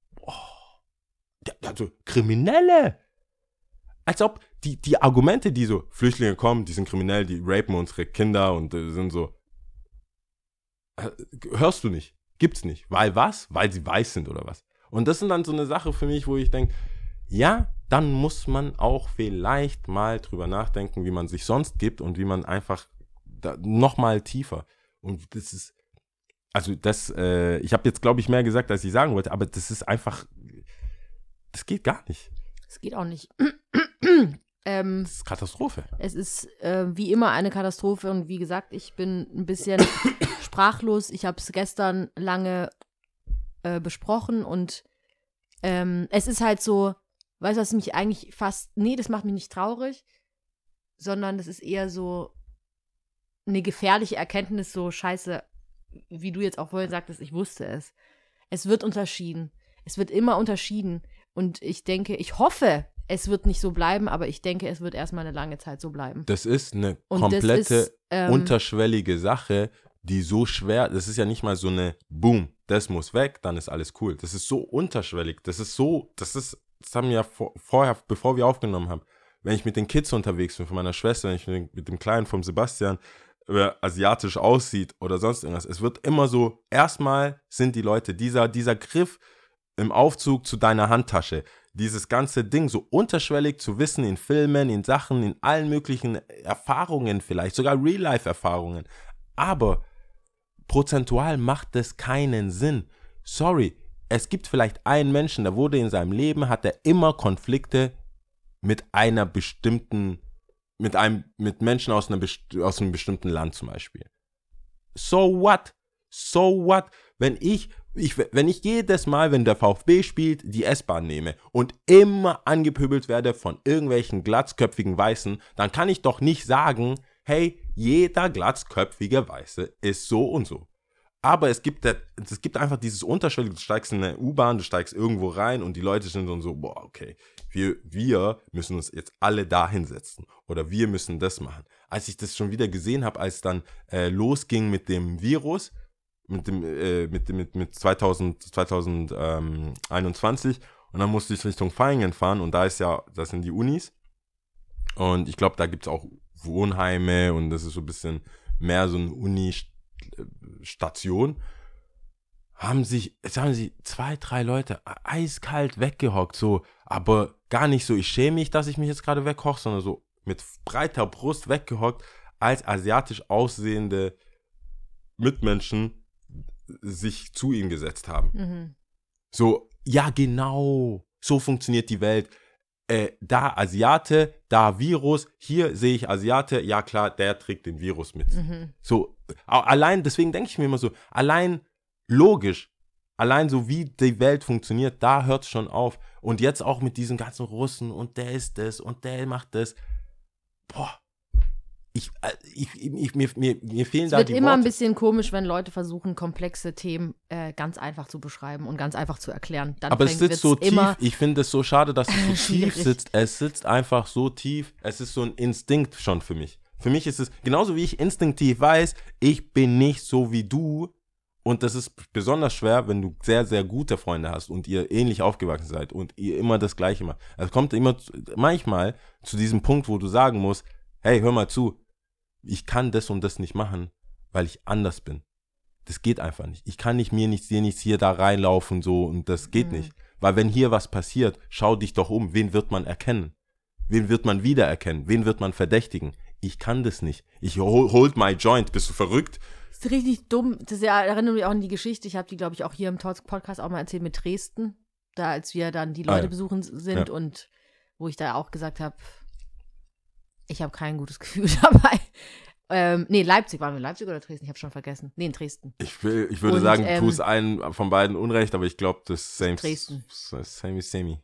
also Kriminelle, als ob die Argumente, die so, Flüchtlinge kommen, die sind kriminell, die rapen unsere Kinder und sind so, hörst du nicht, gibt's nicht. Weil was? Weil sie weiß sind oder was? Und das sind dann so eine Sache für mich, wo ich denke, ja, dann muss man auch vielleicht mal drüber nachdenken, wie man sich sonst gibt und wie man einfach nochmal tiefer. Und das ist, also ich habe jetzt, glaube ich, mehr gesagt, als ich sagen wollte, aber das ist einfach, das geht gar nicht. Es geht auch nicht. Das ist Katastrophe. Es ist wie immer eine Katastrophe und wie gesagt, ich bin ein bisschen sprachlos. Ich habe es gestern lange besprochen und es ist halt so, weißt du, was mich eigentlich das macht mich nicht traurig, sondern das ist eher so eine gefährliche Erkenntnis, so scheiße, wie du jetzt auch vorhin sagtest, ich wusste es. Es wird unterschieden. Es wird immer unterschieden. Und ich hoffe, es wird nicht so bleiben, aber ich denke, es wird erstmal eine lange Zeit so bleiben. Das ist eine komplette unterschwellige Sache, die so schwer, das ist ja nicht mal so eine Boom, das muss weg, dann ist alles cool. Das ist so unterschwellig, das haben wir ja vorher, bevor wir aufgenommen haben, wenn ich mit den Kids unterwegs bin, von meiner Schwester, wenn ich mit dem Kleinen vom Sebastian, asiatisch aussieht oder sonst irgendwas, es wird immer so, erstmal sind die Leute, dieser Griff im Aufzug zu deiner Handtasche, dieses ganze Ding so unterschwellig zu wissen in Filmen, in Sachen, in allen möglichen Erfahrungen vielleicht, sogar Real-Life-Erfahrungen, aber prozentual macht das keinen Sinn. Sorry, es gibt vielleicht einen Menschen, der wurde in seinem Leben, hat er immer Konflikte mit einer bestimmten, mit Menschen aus einem bestimmten Land zum Beispiel. So what? So what? Wenn ich jedes Mal, wenn der VfB spielt, die S-Bahn nehme und immer angepöbelt werde von irgendwelchen glatzköpfigen Weißen, dann kann ich doch nicht sagen, hey, jeder glatzköpfige Weiße ist so und so. Aber es gibt einfach dieses Unterschwellige, du steigst in eine U-Bahn, du steigst irgendwo rein und die Leute sind dann so, boah, okay, wir müssen uns jetzt alle da hinsetzen oder wir müssen das machen. Als ich das schon wieder gesehen habe, als dann losging mit dem Virus, mit 2021 und dann musste ich Richtung Vaihingen fahren und das sind die Unis und ich glaube, da gibt es auch Wohnheime und das ist so ein bisschen mehr so eine Uni-Station. Jetzt haben sie 2, 3 Leute eiskalt weggehockt, so, aber gar nicht so, ich schäme mich, dass ich mich jetzt gerade weghoche, sondern so mit breiter Brust weggehockt, als asiatisch aussehende Mitmenschen sich zu ihm gesetzt haben. Mhm. So, ja genau, so funktioniert die Welt. Da Asiate, da Virus, hier sehe ich Asiate, ja klar, der trägt den Virus mit. Mhm. So, allein, deswegen denke ich mir immer so, allein logisch, allein so wie die Welt funktioniert, da hört es schon auf. Und jetzt auch mit diesen ganzen Russen und der ist das und der macht das. Boah. Mir fehlen da die Worte. Es wird immer ein bisschen komisch, wenn Leute versuchen, komplexe Themen ganz einfach zu beschreiben und ganz einfach zu erklären. Aber es sitzt so tief, ich finde es so schade, dass es so tief sitzt. Es sitzt einfach so tief, es ist so ein Instinkt schon für mich. Für mich ist es, genauso wie ich instinktiv weiß, ich bin nicht so wie du und das ist besonders schwer, wenn du sehr, sehr gute Freunde hast und ihr ähnlich aufgewachsen seid und ihr immer das Gleiche macht. Es kommt immer manchmal zu diesem Punkt, wo du sagen musst, hey, hör mal zu, ich kann das und das nicht machen, weil ich anders bin. das geht einfach nicht. Ich kann nicht hier da reinlaufen so und das geht nicht. Weil wenn hier was passiert, schau dich doch um, wen wird man erkennen? Wen wird man wiedererkennen? Wen wird man verdächtigen? Ich kann das nicht. Ich hold my joint. Bist du verrückt? Das ist richtig dumm. Das erinnert mich auch an die Geschichte. Ich habe die, glaube ich, auch hier im Podcast auch mal erzählt mit Dresden. Da, als wir dann die Leute besuchen sind und wo ich da auch gesagt habe, ich habe kein gutes Gefühl dabei. Leipzig, waren wir in Leipzig oder Dresden? Ich habe schon vergessen. Nee, in Dresden. Ich würde sagen, du tust einen von beiden Unrecht, aber ich glaube, das ist Dresden. Same.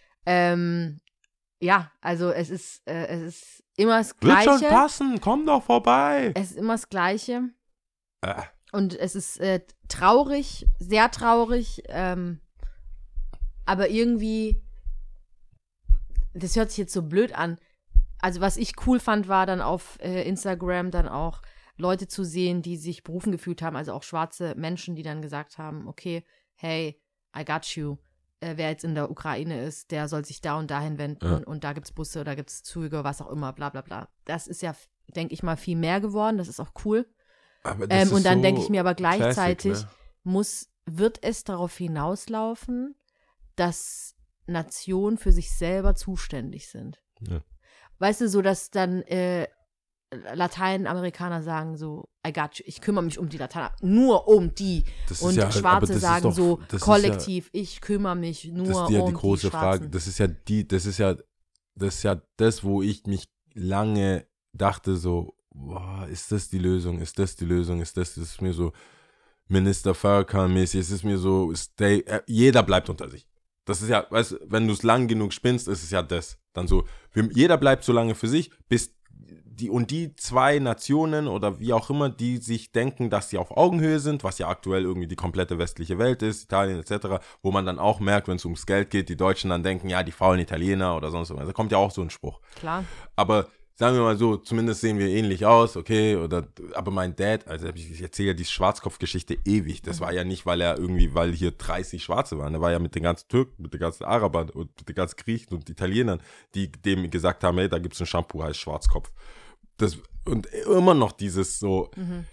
Ja, also es ist immer das Gleiche. Wird schon passen, komm doch vorbei. Es ist immer das Gleiche. Und es ist traurig, sehr traurig, aber irgendwie, das hört sich jetzt so blöd an. Also was ich cool fand, war dann auf Instagram dann auch Leute zu sehen, die sich berufen gefühlt haben, also auch schwarze Menschen, die dann gesagt haben, okay, hey, I got you. Wer jetzt in der Ukraine ist, der soll sich da und dahin wenden und da gibt's Busse oder gibt's Züge, was auch immer, bla bla bla. Das ist ja, denke ich mal, viel mehr geworden, das ist auch cool. Aber das ist und dann so denke ich mir aber gleichzeitig, Classic, ne? wird es darauf hinauslaufen, dass Nationen für sich selber zuständig sind. Ja. Weißt du, so dass dann Lateinamerikaner sagen so, I got you, ich kümmere mich um die Lateiner, nur um die. Und Schwarze sagen so, kollektiv, ich kümmere mich nur um die Schwarzen. Das ist ja die große Frage. Das ist ja das, wo ich mich lange dachte so, boah, ist das die Lösung? Ist das ist mir so Minister Farrakhan-mäßig, es ist mir so, jeder bleibt unter sich. Das ist ja, weißt du, wenn du es lang genug spinnst, ist es ja das. Dann so, jeder bleibt so lange für sich, bis die zwei Nationen oder wie auch immer, die sich denken, dass sie auf Augenhöhe sind, was ja aktuell irgendwie die komplette westliche Welt ist, Italien etc., wo man dann auch merkt, wenn es ums Geld geht, die Deutschen dann denken, ja, die faulen Italiener oder sonst was. Da kommt ja auch so ein Spruch. Klar. Aber sagen wir mal so, zumindest sehen wir ähnlich aus, okay, aber mein Dad, also ich erzähle ja die Schwarzkopf-Geschichte ewig, das war ja nicht, weil hier 30 Schwarze waren, der war ja mit den ganzen Türken, mit den ganzen Arabern und mit den ganzen Griechen und Italienern, die dem gesagt haben, hey, da gibt's ein Shampoo, heißt Schwarzkopf. Und immer noch dieses so,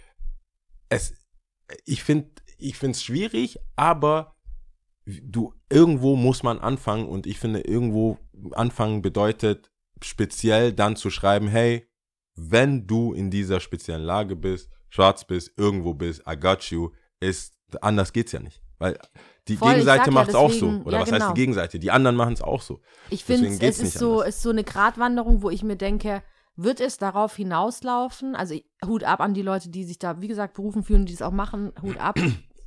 ich finde es schwierig, aber irgendwo muss man anfangen und ich finde, irgendwo anfangen bedeutet, speziell dann zu schreiben, hey, wenn du in dieser speziellen Lage bist, schwarz bist, irgendwo bist, I got you, anders geht's ja nicht. Weil die Gegenseite macht es auch so. Oder was heißt die Gegenseite? Die anderen machen es auch so. Ich finde, es ist so eine Gratwanderung, wo ich mir denke, wird es darauf hinauslaufen, also Hut ab an die Leute, die sich da, wie gesagt, berufen fühlen, die es auch machen, Hut ab.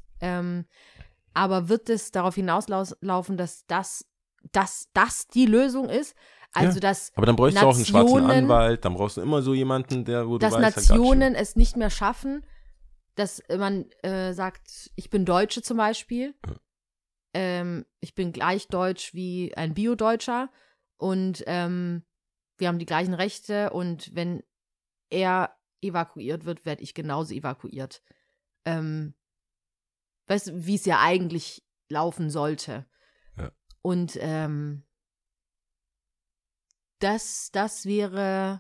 Aber wird es darauf hinauslaufen, dass das die Lösung ist? Also, dass aber dann bräuchst du auch einen schwarzen Anwalt, dann brauchst du immer so jemanden, wo du weißt, dass Nationen es nicht mehr schaffen, dass man sagt, ich bin Deutsche zum Beispiel, ich bin gleich deutsch wie ein Bio-Deutscher und wir haben die gleichen Rechte und wenn er evakuiert wird, werde ich genauso evakuiert. Weißt du, wie es ja eigentlich laufen sollte. Ja. Und das wäre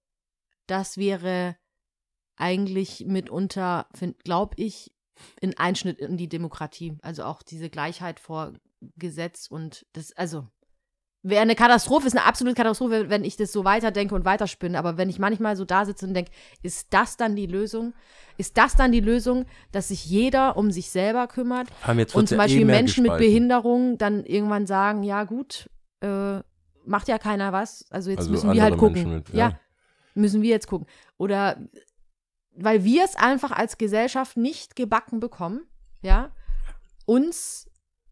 eigentlich mitunter, glaube ich, ein Einschnitt in die Demokratie. Also auch diese Gleichheit vor Gesetz und das, also wäre eine Katastrophe, ist eine absolute Katastrophe, wenn ich das so weiterdenke und weiterspinne. Aber wenn ich manchmal so da sitze und denke, ist das dann die Lösung? Ist das dann die Lösung, dass sich jeder um sich selber kümmert? Und zum Beispiel Menschen mit Behinderung dann irgendwann sagen, ja gut, macht ja keiner was. Also jetzt müssen wir halt gucken. Müssen wir jetzt gucken. Oder weil wir es einfach als Gesellschaft nicht gebacken bekommen, ja, uns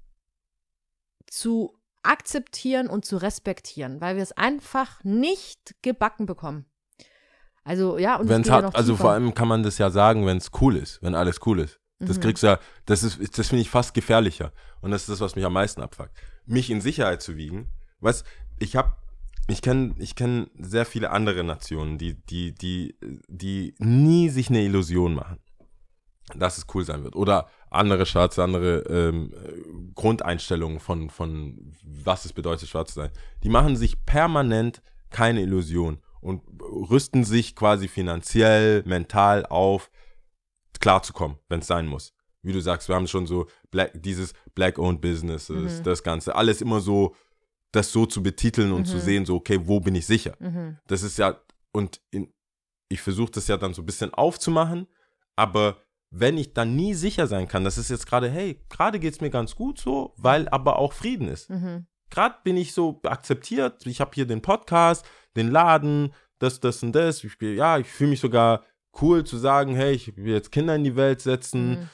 zu akzeptieren und zu respektieren, weil wir es einfach nicht gebacken bekommen. Also, ja, und wenn's also vor allem kann man das ja sagen, wenn es cool ist, wenn alles cool ist. Das kriegst du ja, das finde ich fast gefährlicher. Und das ist das, was mich am meisten abfuckt. Mich in Sicherheit zu wiegen. Weißt, ich kenne sehr viele andere Nationen, die nie sich eine Illusion machen, dass es cool sein wird. Oder andere Schwarze, andere Grundeinstellungen von was es bedeutet, schwarz zu sein. Die machen sich permanent keine Illusion und rüsten sich quasi finanziell, mental auf, klarzukommen, wenn es sein muss. Wie du sagst, wir haben schon so dieses Black-owned Businesses, das Ganze, alles immer so, das so zu betiteln und zu sehen, so, okay, wo bin ich sicher? Das ist ja, ich versuche das ja dann so ein bisschen aufzumachen, aber wenn ich dann nie sicher sein kann, das ist jetzt gerade, hey, gerade geht es mir ganz gut so, weil aber auch Frieden ist. Gerade bin ich so akzeptiert, ich habe hier den Podcast, den Laden, das und das. Ich fühle mich sogar cool zu sagen, hey, ich will jetzt Kinder in die Welt setzen.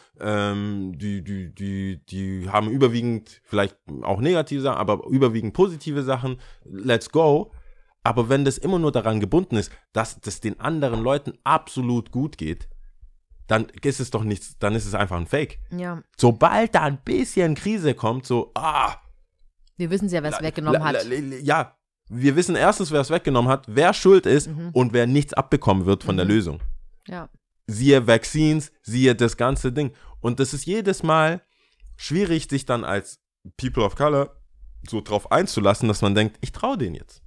Die haben überwiegend vielleicht auch negative Sachen, aber überwiegend positive Sachen. Let's go. Aber wenn das immer nur daran gebunden ist, dass das den anderen Leuten absolut gut geht, dann ist es doch nichts, dann ist es einfach ein Fake. Ja. Sobald da ein bisschen Krise kommt, so, wir wissen ja, wer es weggenommen hat. Ja, wir wissen erstens, wer es weggenommen hat, wer schuld ist und wer nichts abbekommen wird von der Lösung. Ja. Siehe Vaccines, siehe das ganze Ding. Und das ist jedes Mal schwierig, sich dann als People of Color so drauf einzulassen, dass man denkt, ich traue denen jetzt.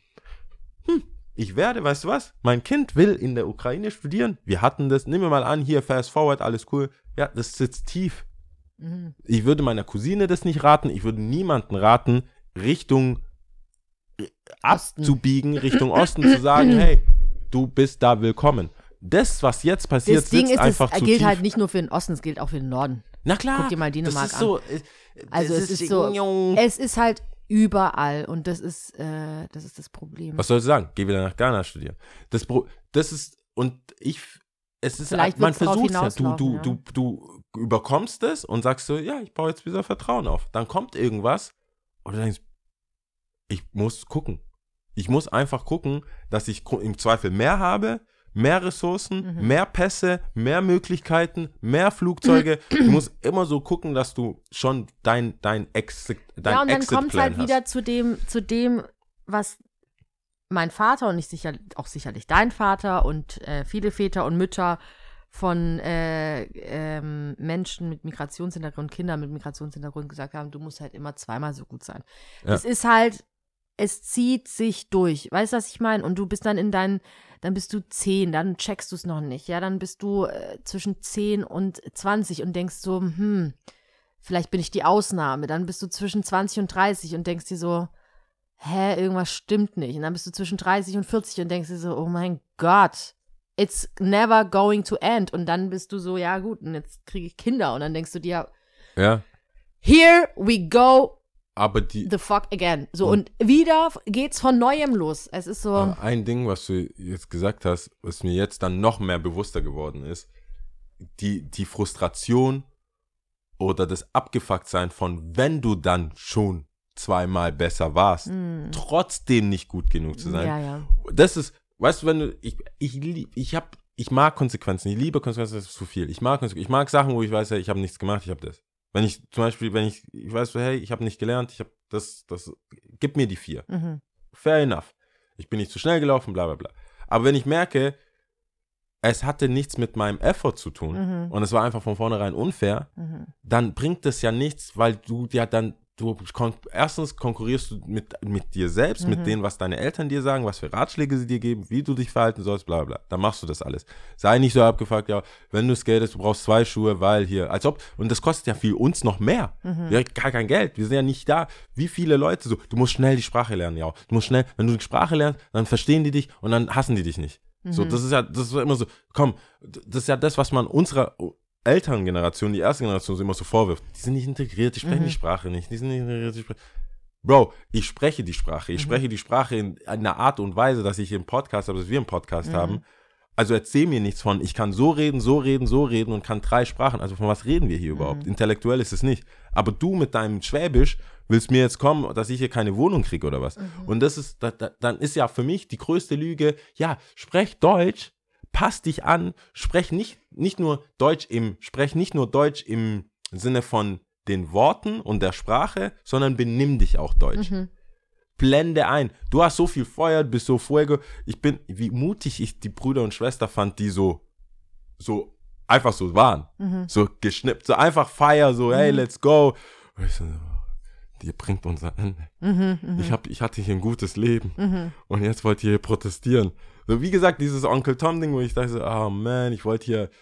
Ich werde, weißt du was, mein Kind will in der Ukraine studieren. Wir hatten das, nehmen wir mal an, hier, fast forward, alles cool. Ja, das sitzt tief. Ich würde meiner Cousine das nicht raten. Ich würde niemanden raten, Richtung abzubiegen, Richtung Osten zu sagen, hey, du bist da willkommen. Das, was jetzt passiert, sitzt einfach zu tief. Das gilt halt nicht nur für den Osten, es gilt auch für den Norden. Na klar. Guck dir mal Dänemark an. Also es ist halt überall und das ist das Problem. Was sollst du sagen? Geh wieder nach Ghana studieren. Das ist, Vielleicht man versucht es ja. Du überkommst es und sagst so, ja, ich baue jetzt wieder Vertrauen auf. Dann kommt irgendwas und du denkst, ich muss gucken. Ich muss einfach gucken, dass ich im Zweifel mehr habe, mehr Ressourcen, mehr Pässe, mehr Möglichkeiten, mehr Flugzeuge. Du musst immer so gucken, dass du schon dein Exit-Plan hast. Ja, und dann kommt es halt wieder zu dem, was mein Vater und auch sicherlich dein Vater und viele Väter und Mütter von Menschen mit Migrationshintergrund, Kindern mit Migrationshintergrund gesagt haben, du musst halt immer zweimal so gut sein. Ja. Es ist halt, es zieht sich durch. Weißt du, was ich meine? Und du bist dann dann bist du 10, dann checkst du es noch nicht. Ja, dann bist du zwischen 10 und 20 und denkst so, vielleicht bin ich die Ausnahme. Dann bist du zwischen 20 und 30 und denkst dir so, irgendwas stimmt nicht. Und dann bist du zwischen 30 und 40 und denkst dir so, oh mein Gott, it's never going to end. Und dann bist du so, ja gut, und jetzt kriege ich Kinder. Und dann denkst du dir, ja, here we go. Aber the fuck again. So, und wieder geht's von Neuem los. Es ist so. Ein Ding, was du jetzt gesagt hast, was mir jetzt dann noch mehr bewusster geworden ist, die Frustration oder das Abgefucktsein von, wenn du dann schon zweimal besser warst, trotzdem nicht gut genug zu sein. Ja. Das ist, weißt du, wenn du, ich mag Konsequenzen, ich liebe Konsequenzen, das ist zu viel. Ich mag Sachen, wo ich weiß, hey, ich habe nichts gemacht, ich habe das. Wenn ich zum Beispiel, ich weiß, hey, ich habe nicht gelernt, ich habe das, gib mir die 4. Fair enough. Ich bin nicht zu schnell gelaufen, bla bla bla. Aber wenn ich merke, es hatte nichts mit meinem Effort zu tun und es war einfach von vornherein unfair, dann bringt das ja nichts, weil du ja dann, erstens konkurrierst du mit dir selbst, mit denen, was deine Eltern dir sagen, was für Ratschläge sie dir geben, wie du dich verhalten sollst, bla bla. Dann machst du das alles. Sei nicht so abgefuckt, ja, wenn du skatest, du brauchst 2 Schuhe, weil hier, als ob, und das kostet ja für uns noch mehr. Wir haben gar kein Geld, wir sind ja nicht da. Wie viele Leute so, du musst schnell die Sprache lernen, ja. Du musst schnell, wenn du die Sprache lernst, dann verstehen die dich und dann hassen die dich nicht. So, das ist immer so, komm, das ist ja das, was man unserer Elterngeneration, die erste Generation so immer so vorwirft. Die sind nicht integriert, die sprechen die Sprache nicht. Die sind nicht integriert, Bro, ich spreche die Sprache. Ich spreche die Sprache in einer Art und Weise, dass ich einen Podcast habe, dass wir einen Podcast haben. Also erzähl mir nichts von, ich kann so reden und kann 3 Sprachen. Also von was reden wir hier überhaupt? Intellektuell ist es nicht. Aber du mit deinem Schwäbisch willst mir jetzt kommen, dass ich hier keine Wohnung kriege oder was? Und das ist, dann ist ja für mich die größte Lüge, ja, sprech Deutsch, pass dich an, sprech nicht nur Deutsch im Sinne von den Worten und der Sprache, sondern benimm dich auch deutsch. Blende ein. Du hast so viel Feuer, bist so fuego. Wie mutig ich die Brüder und Schwester fand, die so einfach so waren. So geschnippt, so einfach Feier, so hey, let's go. Und ich so, ihr bringt uns an. Ich hatte hier ein gutes Leben. Und jetzt wollt ihr hier protestieren. So, wie gesagt, dieses Onkel Tom-Ding, wo ich dachte so, oh man, ich wollte hier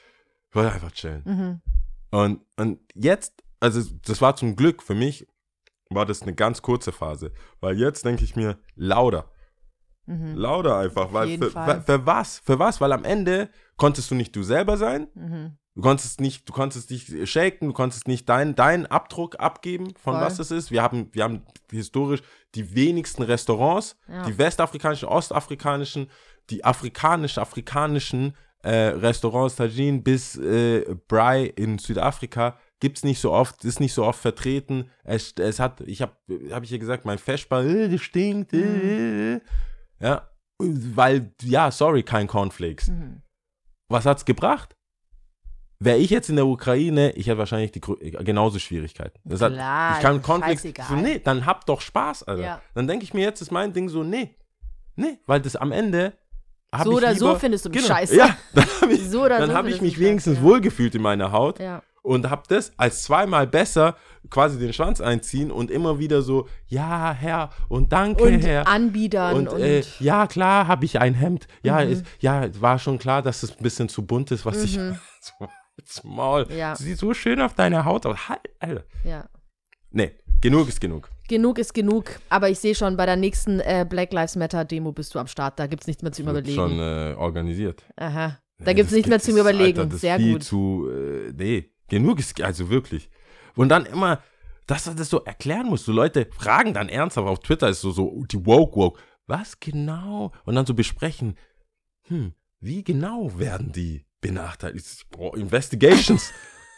Ich wollte einfach chillen. Mhm. Und jetzt, also das war zum Glück für mich, war das eine ganz kurze Phase. Weil jetzt denke ich mir, lauter. Mhm. Lauter einfach. Weil jeden Fall. für was? Für was? Weil am Ende konntest du nicht du selber sein. Mhm. Du konntest dich shaken, du konntest nicht deinen Abdruck abgeben, von Voll. was es ist. Wir haben historisch die wenigsten Restaurants, Ja. die westafrikanischen, ostafrikanischen, die afrikanischen Restaurants, Tajin bis Brai in Südafrika, gibt's nicht so oft, ist nicht so oft vertreten. Hab ich ja gesagt, mein Feschbar, das stinkt, ja, weil, ja, sorry, kein Cornflakes. Mhm. Was hat's gebracht? Wäre ich jetzt in der Ukraine, ich hätte wahrscheinlich genauso Schwierigkeiten. Ich kann Cornflakes, so, nee, dann hab doch Spaß, Alter. Ja. Dann denke ich mir jetzt, ist mein Ding so, nee, weil das am Ende So oder so findest du mich scheiße. Ja, dann habe ich mich wenigstens wohlgefühlt in meiner Haut und habe das als zweimal besser quasi den Schwanz einziehen und immer wieder so, ja, Herr, und danke, und Herr. Anbiedern Und ja, klar, habe ich ein Hemd. Ja, war schon klar, dass es ein bisschen zu bunt ist, was ich ins Maul. Ja. Du siehst so schön auf deiner Haut aus. Halt, Alter. Ja. Nee, genug ist genug. Genug ist genug, aber ich sehe schon, bei der nächsten Black Lives Matter Demo bist du am Start, da gibt es nichts mehr zu überlegen. Schon organisiert. Aha, da gibt es nichts mehr zu überlegen, Alter, das sehr viel gut. Nee, genug ist, also wirklich. Und dann immer, dass er das so erklären muss, so Leute fragen dann ernsthaft auf Twitter, ist so die woke, was genau? Und dann so besprechen, wie genau werden die benachteiligt? Investigations.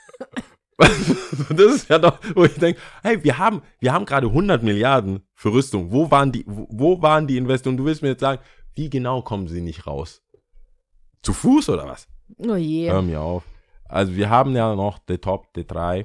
Das ist ja doch, wo ich denke, hey, wir haben gerade 100 Milliarden für Rüstung. Wo waren die Investoren? Du willst mir jetzt sagen, wie genau kommen sie nicht raus? Zu Fuß oder was? Oh je. Hör mir auf. Also wir haben ja noch die 3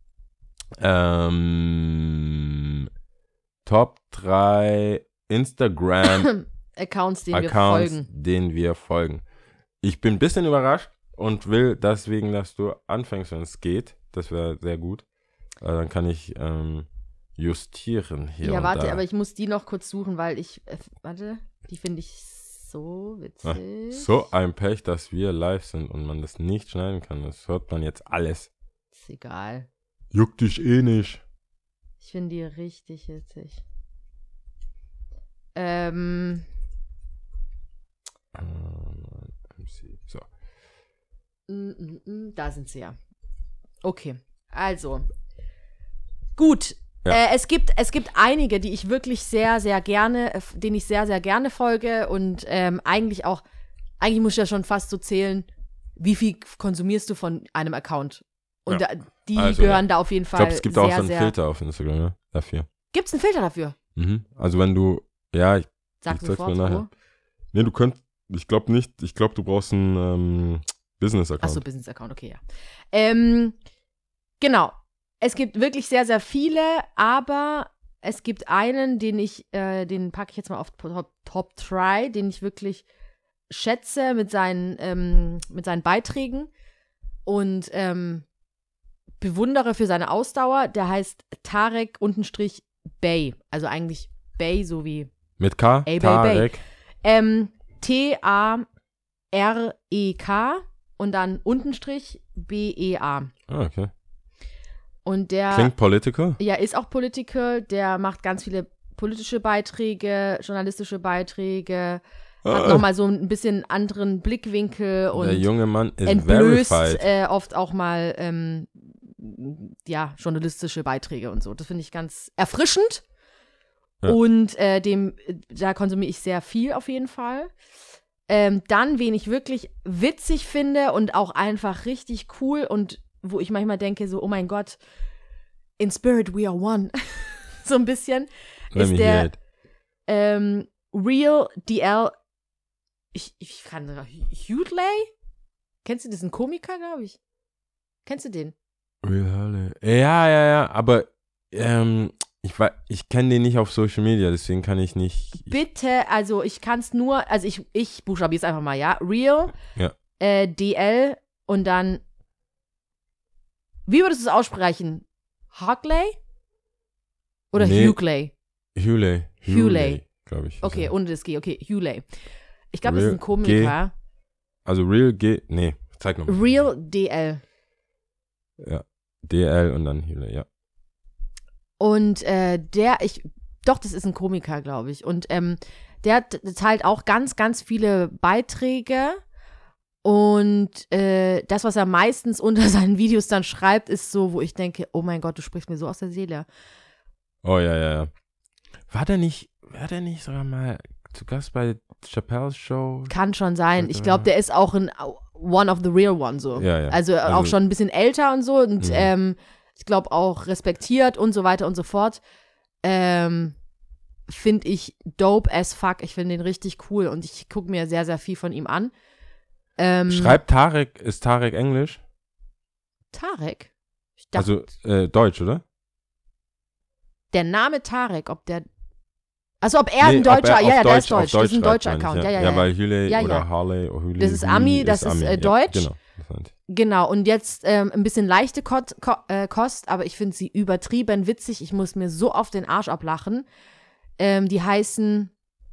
Top 3 Instagram Accounts, Accounts, denen wir folgen. Ich bin ein bisschen überrascht und will deswegen, dass du anfängst, wenn es geht. Das wäre sehr gut. Dann kann ich justieren hier. Ja, und warte, da. aber ich muss die noch kurz suchen, weil die finde ich so witzig. So ein Pech, dass wir live sind und man das nicht schneiden kann. Das hört man jetzt alles. Ist egal. Juckt dich eh nicht. Ich finde die richtig witzig. So. Da sind sie ja. Okay, also. Gut. Ja. Es gibt einige, die ich wirklich sehr, sehr gerne, denen ich sehr, sehr gerne folge und eigentlich muss ich ja schon fast so zählen, wie viel konsumierst du von einem Account? Und die gehören da auf jeden Fall. Ich glaube, es gibt auch so einen Filter auf Instagram, ne? Dafür. Gibt es einen Filter dafür? Mhm. Also wenn du, ja, ich sag's mir nachher. Nee, ich glaube nicht, ich glaube, du brauchst einen Business-Account. Achso, Business-Account, okay, ja. Genau. Es gibt wirklich sehr, sehr viele, aber es gibt einen, den packe ich jetzt mal auf Top 3, den ich wirklich schätze mit seinen Beiträgen und bewundere für seine Ausdauer. Der heißt Tarek_Bay. Also eigentlich Bay, so wie mit K? Tarek. Tarek und dann _BEA. Ah, okay. Und der klingt political? Ja, ist auch political. Der macht ganz viele politische Beiträge, journalistische Beiträge, hat nochmal so ein bisschen anderen Blickwinkel und der junge Mann ist entblößt verified. Oft auch mal journalistische Beiträge und so. Das finde ich ganz erfrischend. Ja. Und da konsumiere ich sehr viel auf jeden Fall. Dann, wen ich wirklich witzig finde und auch einfach richtig cool und wo ich manchmal denke so, oh mein Gott, in spirit we are one. So ein bisschen. Ist der Real DL ich kann sogar Hughley? Kennst du diesen Komiker, glaube ich? Kennst du den? Real Hurley. Ja, aber ich kenne den nicht auf Social Media, deswegen kann ich nicht. Bitte, also ich kann es nur, also ich buchstabiere es einfach mal, ja. Real, DL und dann, wie würdest du es aussprechen? Hughley? Oder Hughley? Hughley, glaube ich. Okay, ohne das G, okay, Hughley. Ich glaube, das ist ein Komiker. Also Real G, nee, Zeig nochmal. Real DL. Ja, DL und dann Hülle, ja. Und das ist ein Komiker, glaube ich. Und der teilt auch ganz, ganz viele Beiträge. Und das, was er meistens unter seinen Videos dann schreibt, ist so, wo ich denke, oh mein Gott, du sprichst mir so aus der Seele. Oh ja. War der nicht sogar mal zu Gast bei Chappelle's Show? Kann schon sein. Ich glaube, der ist auch ein One of the Real One so. Ja. Also auch schon ein bisschen älter und so. Und ich glaube auch respektiert und so weiter und so fort. Finde ich dope as fuck. Ich finde den richtig cool und ich gucke mir sehr, sehr viel von ihm an. Schreibt Tarek, ist Tarek Englisch? Tarek? Ich dachte, Also Deutsch, oder? der Name Tarek, ob er ein Deutscher, der ist deutsch. Das ist ein deutscher Account. Ja, weil Hülle oder Harley oder Hülle. Das ist Ami, das ist Deutsch. Ja, genau. Genau, und jetzt ein bisschen leichte Kost, aber ich finde sie übertrieben witzig. Ich muss mir so auf den Arsch ablachen. Die heißen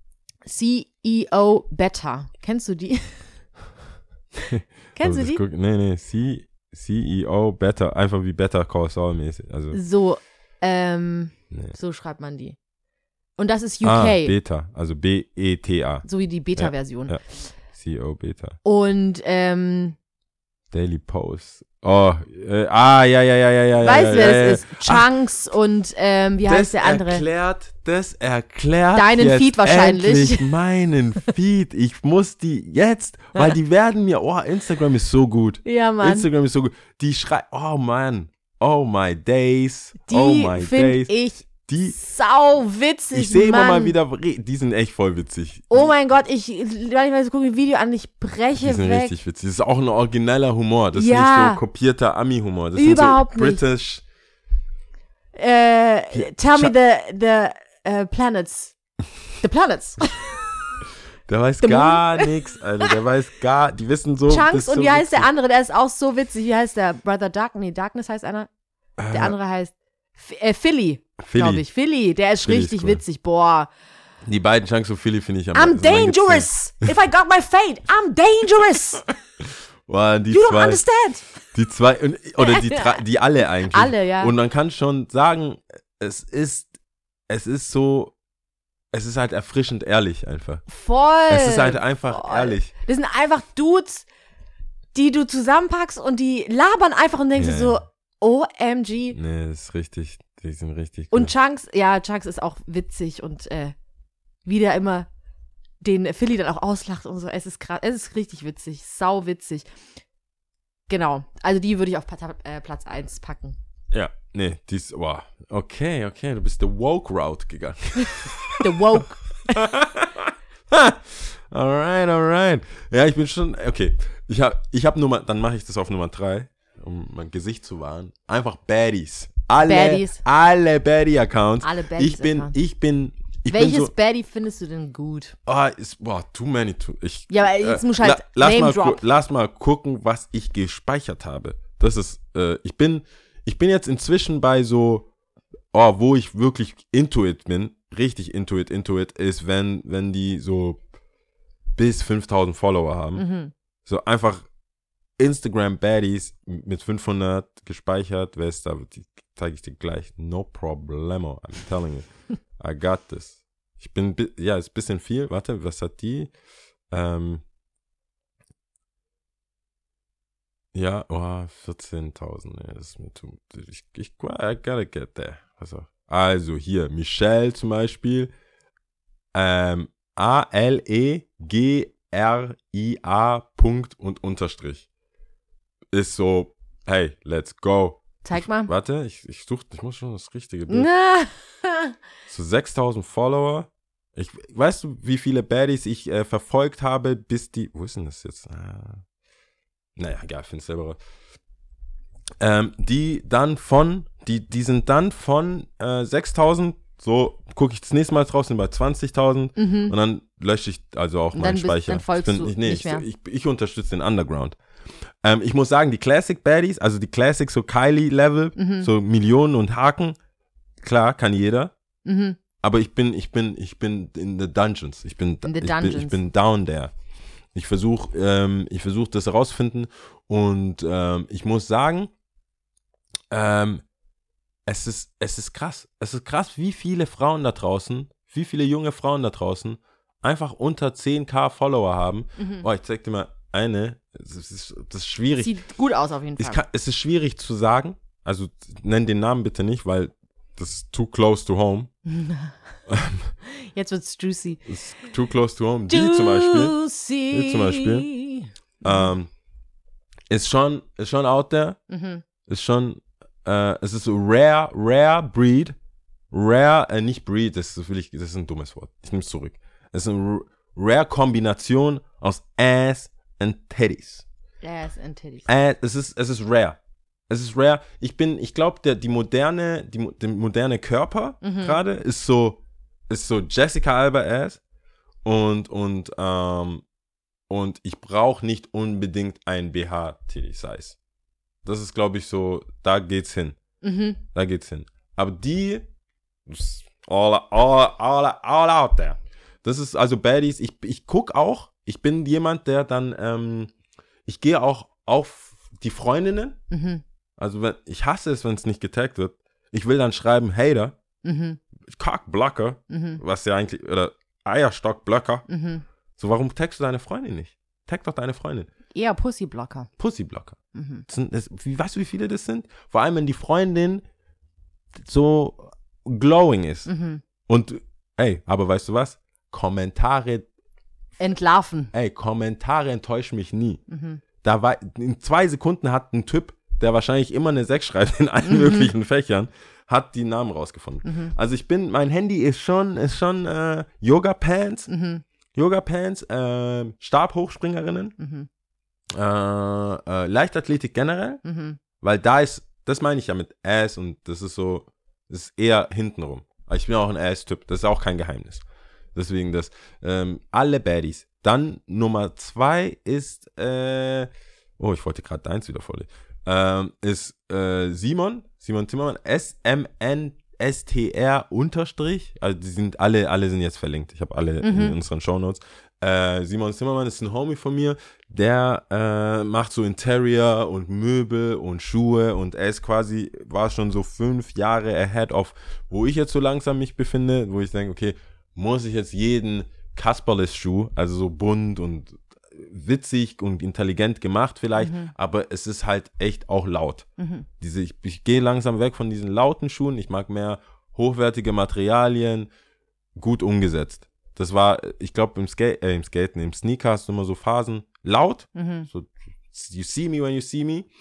CEO Better. Kennst du die? Kennst du die? Nee, CEO Better, einfach wie Better Call Saul mäßig. Also. So, so schreibt man die. Und das ist UK. Beta, also B-E-T-A. So wie die Beta-Version. Ja. CEO Beta. Und, Daily Post. Oh, ja. Weißt du, wer das ist? Chunks und, wie heißt der andere? Das erklärt deinen jetzt Feed wahrscheinlich. Endlich meinen Feed. Ich muss die jetzt, weil die werden mir, Instagram ist so gut. Ja, Mann. Instagram ist so gut. Die schreiben, oh man, oh my days, die finde ich sau witzig, ich sehe immer mal wieder, die sind echt voll witzig. Oh mein Gott, manchmal gucke ich ein Video an, ich breche weg. Die sind richtig witzig. Das ist auch ein origineller Humor. Das ist nicht so kopierter Ami-Humor. Das überhaupt sind so British. Tell me the planets. The planets. Der weiß gar nichts, Alter. Die wissen so. Chunks und so wie heißt der andere? Der ist auch so witzig. Wie heißt der? Brother Dark? Nee, Darkness heißt einer. Der andere heißt Philly, glaube ich. Philly, der ist richtig witzig. Boah. Die beiden Chunks und Philly finde ich am I'm dangerous. If I got my fate, I'm dangerous. Boah, you don't understand. Die zwei, oder die alle eigentlich. Alle, ja. Und man kann schon sagen, es ist halt erfrischend ehrlich einfach. Voll. Es ist halt einfach ehrlich. Das sind einfach Dudes, die du zusammenpackst und die labern einfach und denkst dir so, OMG. Nee, das ist richtig, die sind richtig gut. Und Chunks ist auch witzig und wie der immer den Philly dann auch auslacht und so. Es ist krass, es ist richtig witzig, sau witzig. Genau, also die würde ich auf Platz 1 packen. Ja, nee, okay, du bist the woke Route gegangen. The woke. Alright. Ja, ich bin schon, okay. Ich hab dann mache ich das auf Nummer 3. Um mein Gesicht zu wahren. Einfach Baddies. Alle Baddie-Accounts. Alle Baddies-Accounts. Welches Baddie findest du denn gut? Too many. Jetzt muss halt lass mal gucken, was ich gespeichert habe. Das ist, ich bin jetzt inzwischen bei so, wo ich wirklich into it bin, richtig into it, ist, wenn die so bis 5000 Follower haben. Mhm. So einfach Instagram Baddies mit 500 gespeichert. Wer ist da? Die zeige ich dir gleich. No problemo. I'm telling you. I got this. Ist ein bisschen viel. Warte, was hat die? 14.000. Nee, das ist mir zu. I gotta get there. Also hier, Michelle zum Beispiel. ALEGRIA Punkt und Unterstrich. Ist so, hey, let's go. Zeig mal. Warte, ich muss schon das richtige Bild. So 6.000 Follower. Weißt du, wie viele Baddies ich verfolgt habe, bis die, wo ist denn das jetzt? Naja, egal, find's selber raus. Die sind dann von 6.000, so gucke ich das nächste Mal drauf, sind bei 20.000 und dann lösche ich also auch meinen Speicher. Dann folgst du nicht mehr. Ich unterstütze den Underground. Ich muss sagen, die Classic Baddies, also die Classic so Kylie-Level, so Millionen und Haken, klar, kann jeder. Mhm. Aber ich bin in the Dungeons. Ich bin down there. Ich versuche das herauszufinden und ich muss sagen, es ist krass. Es ist krass, wie viele Frauen da draußen, wie viele junge Frauen da draußen einfach unter 10.000 Follower haben. Oh, ich zeig dir mal eine. Das ist schwierig. Sieht gut aus auf jeden Fall. Es ist schwierig zu sagen. Also nenn den Namen bitte nicht, weil das ist too close to home. Jetzt wird's juicy. Ist too close to home. Die zum Beispiel ist schon out there. Ist schon es ist so rare breed. Nicht breed, das ist ein dummes Wort. Ich nehme es zurück. Es ist eine rare Kombination aus Ass and Titties. Ass and Titties. Es ist rare. Es ist rare. Ich glaube, der moderne Körper gerade ist so Jessica Alba Ass und ich brauche nicht unbedingt ein BH-Titty-Size. Das ist, glaube ich, so, da geht's hin. Da geht's hin. Aber die all out there. Das ist also Baddies. Ich gucke auch, ich bin jemand, der dann, ich gehe auch auf die Freundinnen. Also ich hasse es, wenn es nicht getaggt wird. Ich will dann schreiben, Hater, Cockblocker, was ja eigentlich, oder Eierstockblocker. So, warum taggst du deine Freundin nicht? Tag doch deine Freundin. Eher Pussyblocker. Weißt du, wie viele das sind? Vor allem, wenn die Freundin so glowing ist. Und, aber weißt du was? Kommentare entlarven. Kommentare enttäuschen mich nie. In 2 Sekunden hat ein Typ, der wahrscheinlich immer eine 6 schreibt in allen möglichen Fächern, hat die Namen rausgefunden. Also mein Handy ist schon Yoga-Pants, Stabhochspringerinnen, Leichtathletik generell, weil das meine ich ja mit Ass und das ist eher hintenrum. Aber ich bin auch ein Ass-Typ, das ist auch kein Geheimnis. Deswegen alle Baddies. Dann Nummer 2 ist, ich wollte gerade deins wieder vorlesen. Ist Simon Timmermann, SMNSTR unterstrich, also die sind alle sind jetzt verlinkt, ich habe alle in unseren Shownotes. Simon Timmermann ist ein Homie von mir, der macht so Interior und Möbel und Schuhe und er ist war schon so 5 Jahre ahead of, wo ich jetzt so langsam mich befinde, wo ich denke, okay, muss ich jetzt jeden Kasperles-Schuh, also so bunt und witzig und intelligent gemacht vielleicht, aber es ist halt echt auch laut. Ich gehe langsam weg von diesen lauten Schuhen, ich mag mehr hochwertige Materialien, gut umgesetzt. Das war, ich glaube, im Sneaker hast du immer so Phasen, laut, so you see me when you see me,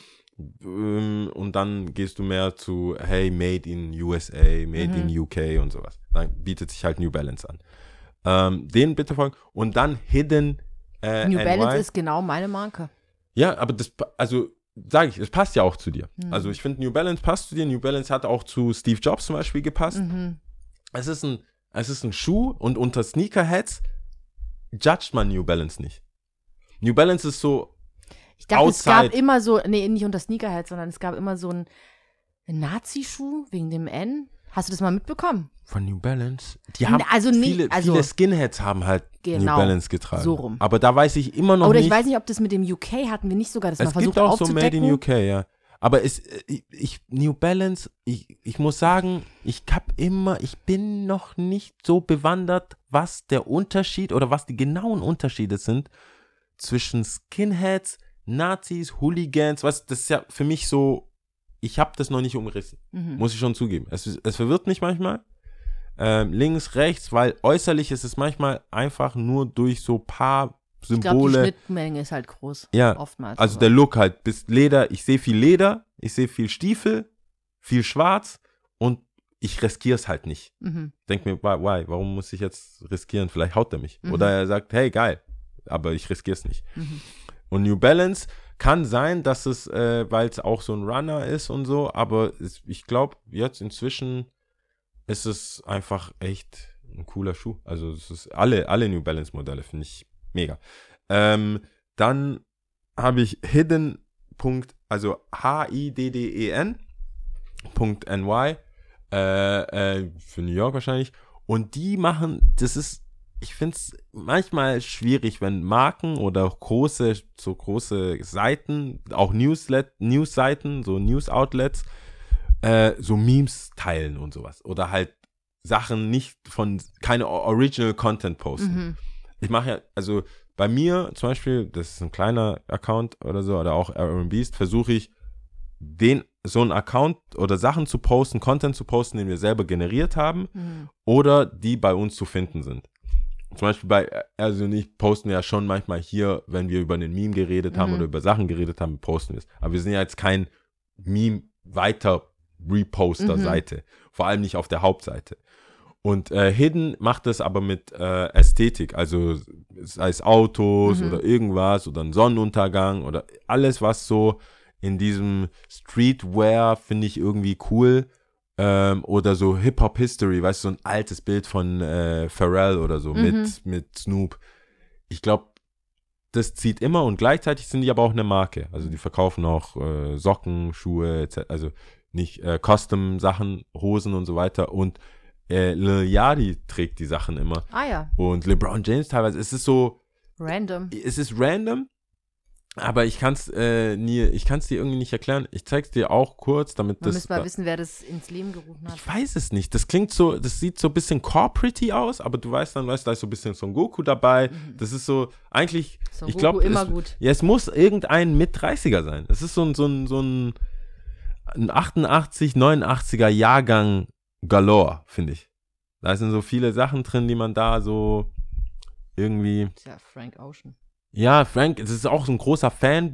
und dann gehst du mehr zu, hey, made in USA, made in UK und sowas. Dann bietet sich halt New Balance an. Den bitte folgen. Und dann Hidden New Balance ist genau meine Marke. Ja, aber das passt ja auch zu dir. Also ich finde, New Balance passt zu dir. New Balance hat auch zu Steve Jobs zum Beispiel gepasst. Es ist ein Schuh und unter Sneakerheads judgt man New Balance nicht. New Balance ist so ich dachte, outside. Es gab immer so, nicht unter Sneakerheads, sondern es gab immer so einen Nazi-Schuh wegen dem N. Hast du das mal mitbekommen? Von New Balance? Die haben viele Skinheads haben halt New Balance getragen. So rum. Aber da weiß ich immer noch nicht. Oder ich weiß nicht, ob das mit dem UK hatten wir nicht sogar das mal versucht aufzudecken. Es gibt auch so Made in UK, ja. Aber New Balance, ich muss sagen, ich bin noch nicht so bewandert, was der Unterschied oder was die genauen Unterschiede sind zwischen Skinheads, Nazis, Hooligans. Das ist ja für mich so, ich habe das noch nicht umrissen, muss ich schon zugeben. Es verwirrt mich manchmal, links, rechts, weil äußerlich ist es manchmal einfach nur durch so paar Symbole. Ich glaube, die Schnittmenge ist halt groß, oftmals. Also der Look halt, bis Leder, ich sehe viel Leder, ich sehe viel Stiefel, viel Schwarz und ich riskiere es halt nicht. Denk mir, why? Warum muss ich jetzt riskieren? Vielleicht haut er mich. Oder er sagt, hey, geil, aber ich riskiere es nicht. Und New Balance kann sein, dass es, weil es auch so ein Runner ist und so, aber ich glaube, jetzt inzwischen ist es einfach echt ein cooler Schuh. Also es ist alle New Balance Modelle finde ich mega. Dann habe ich Hidden. Also HIDDEN.NY für New York wahrscheinlich. Und die machen, das ist ich finde es manchmal schwierig, wenn Marken oder große Seiten, auch News-Seiten, so News-Outlets, so Memes teilen und sowas. Oder halt Sachen keine Original Content posten. Ich mache ja, also bei mir zum Beispiel, das ist ein kleiner Account oder so, oder auch Aaron Beast, versuche ich, so einen Account oder Sachen zu posten, Content zu posten, den wir selber generiert haben oder die bei uns zu finden sind. Zum Beispiel bei Ersi und ich posten wir ja schon manchmal hier, wenn wir über einen Meme geredet haben oder über Sachen geredet haben, posten wir es. Aber wir sind ja jetzt kein Meme-Weiter-Reposter-Seite. Vor allem nicht auf der Hauptseite. Und Hidden macht das aber mit Ästhetik, also sei es Autos oder irgendwas oder ein Sonnenuntergang oder alles, was so in diesem Streetwear finde ich irgendwie cool. Oder so Hip-Hop-History, weißt du, so ein altes Bild von Pharrell oder so mit Snoop. Ich glaube, das zieht immer und gleichzeitig sind die aber auch eine Marke. Also die verkaufen auch Socken, Schuhe, etc. Also nicht Custom-Sachen, Hosen und so weiter. Und Lil Yachty trägt die Sachen immer. Ah ja. Und LeBron James teilweise. Es ist so random. Es ist random, aber ich kann es dir irgendwie nicht erklären. Ich zeig's dir auch kurz, damit Man müsste mal wissen, wer das ins Leben gerufen hat. Ich weiß es nicht. Das sieht so ein bisschen corporate aus, aber du weißt, da ist so ein bisschen Son Goku dabei. Das ist so, eigentlich, Son ich Goku glaube, immer gut. Ja, es muss irgendein Mit-30er sein. Es ist so ein 88, 89er Jahrgang Galore, finde ich. Da sind so viele Sachen drin, die man da so irgendwie. Das ist ja Frank Ocean. Ja, Frank, das ist auch so ein großer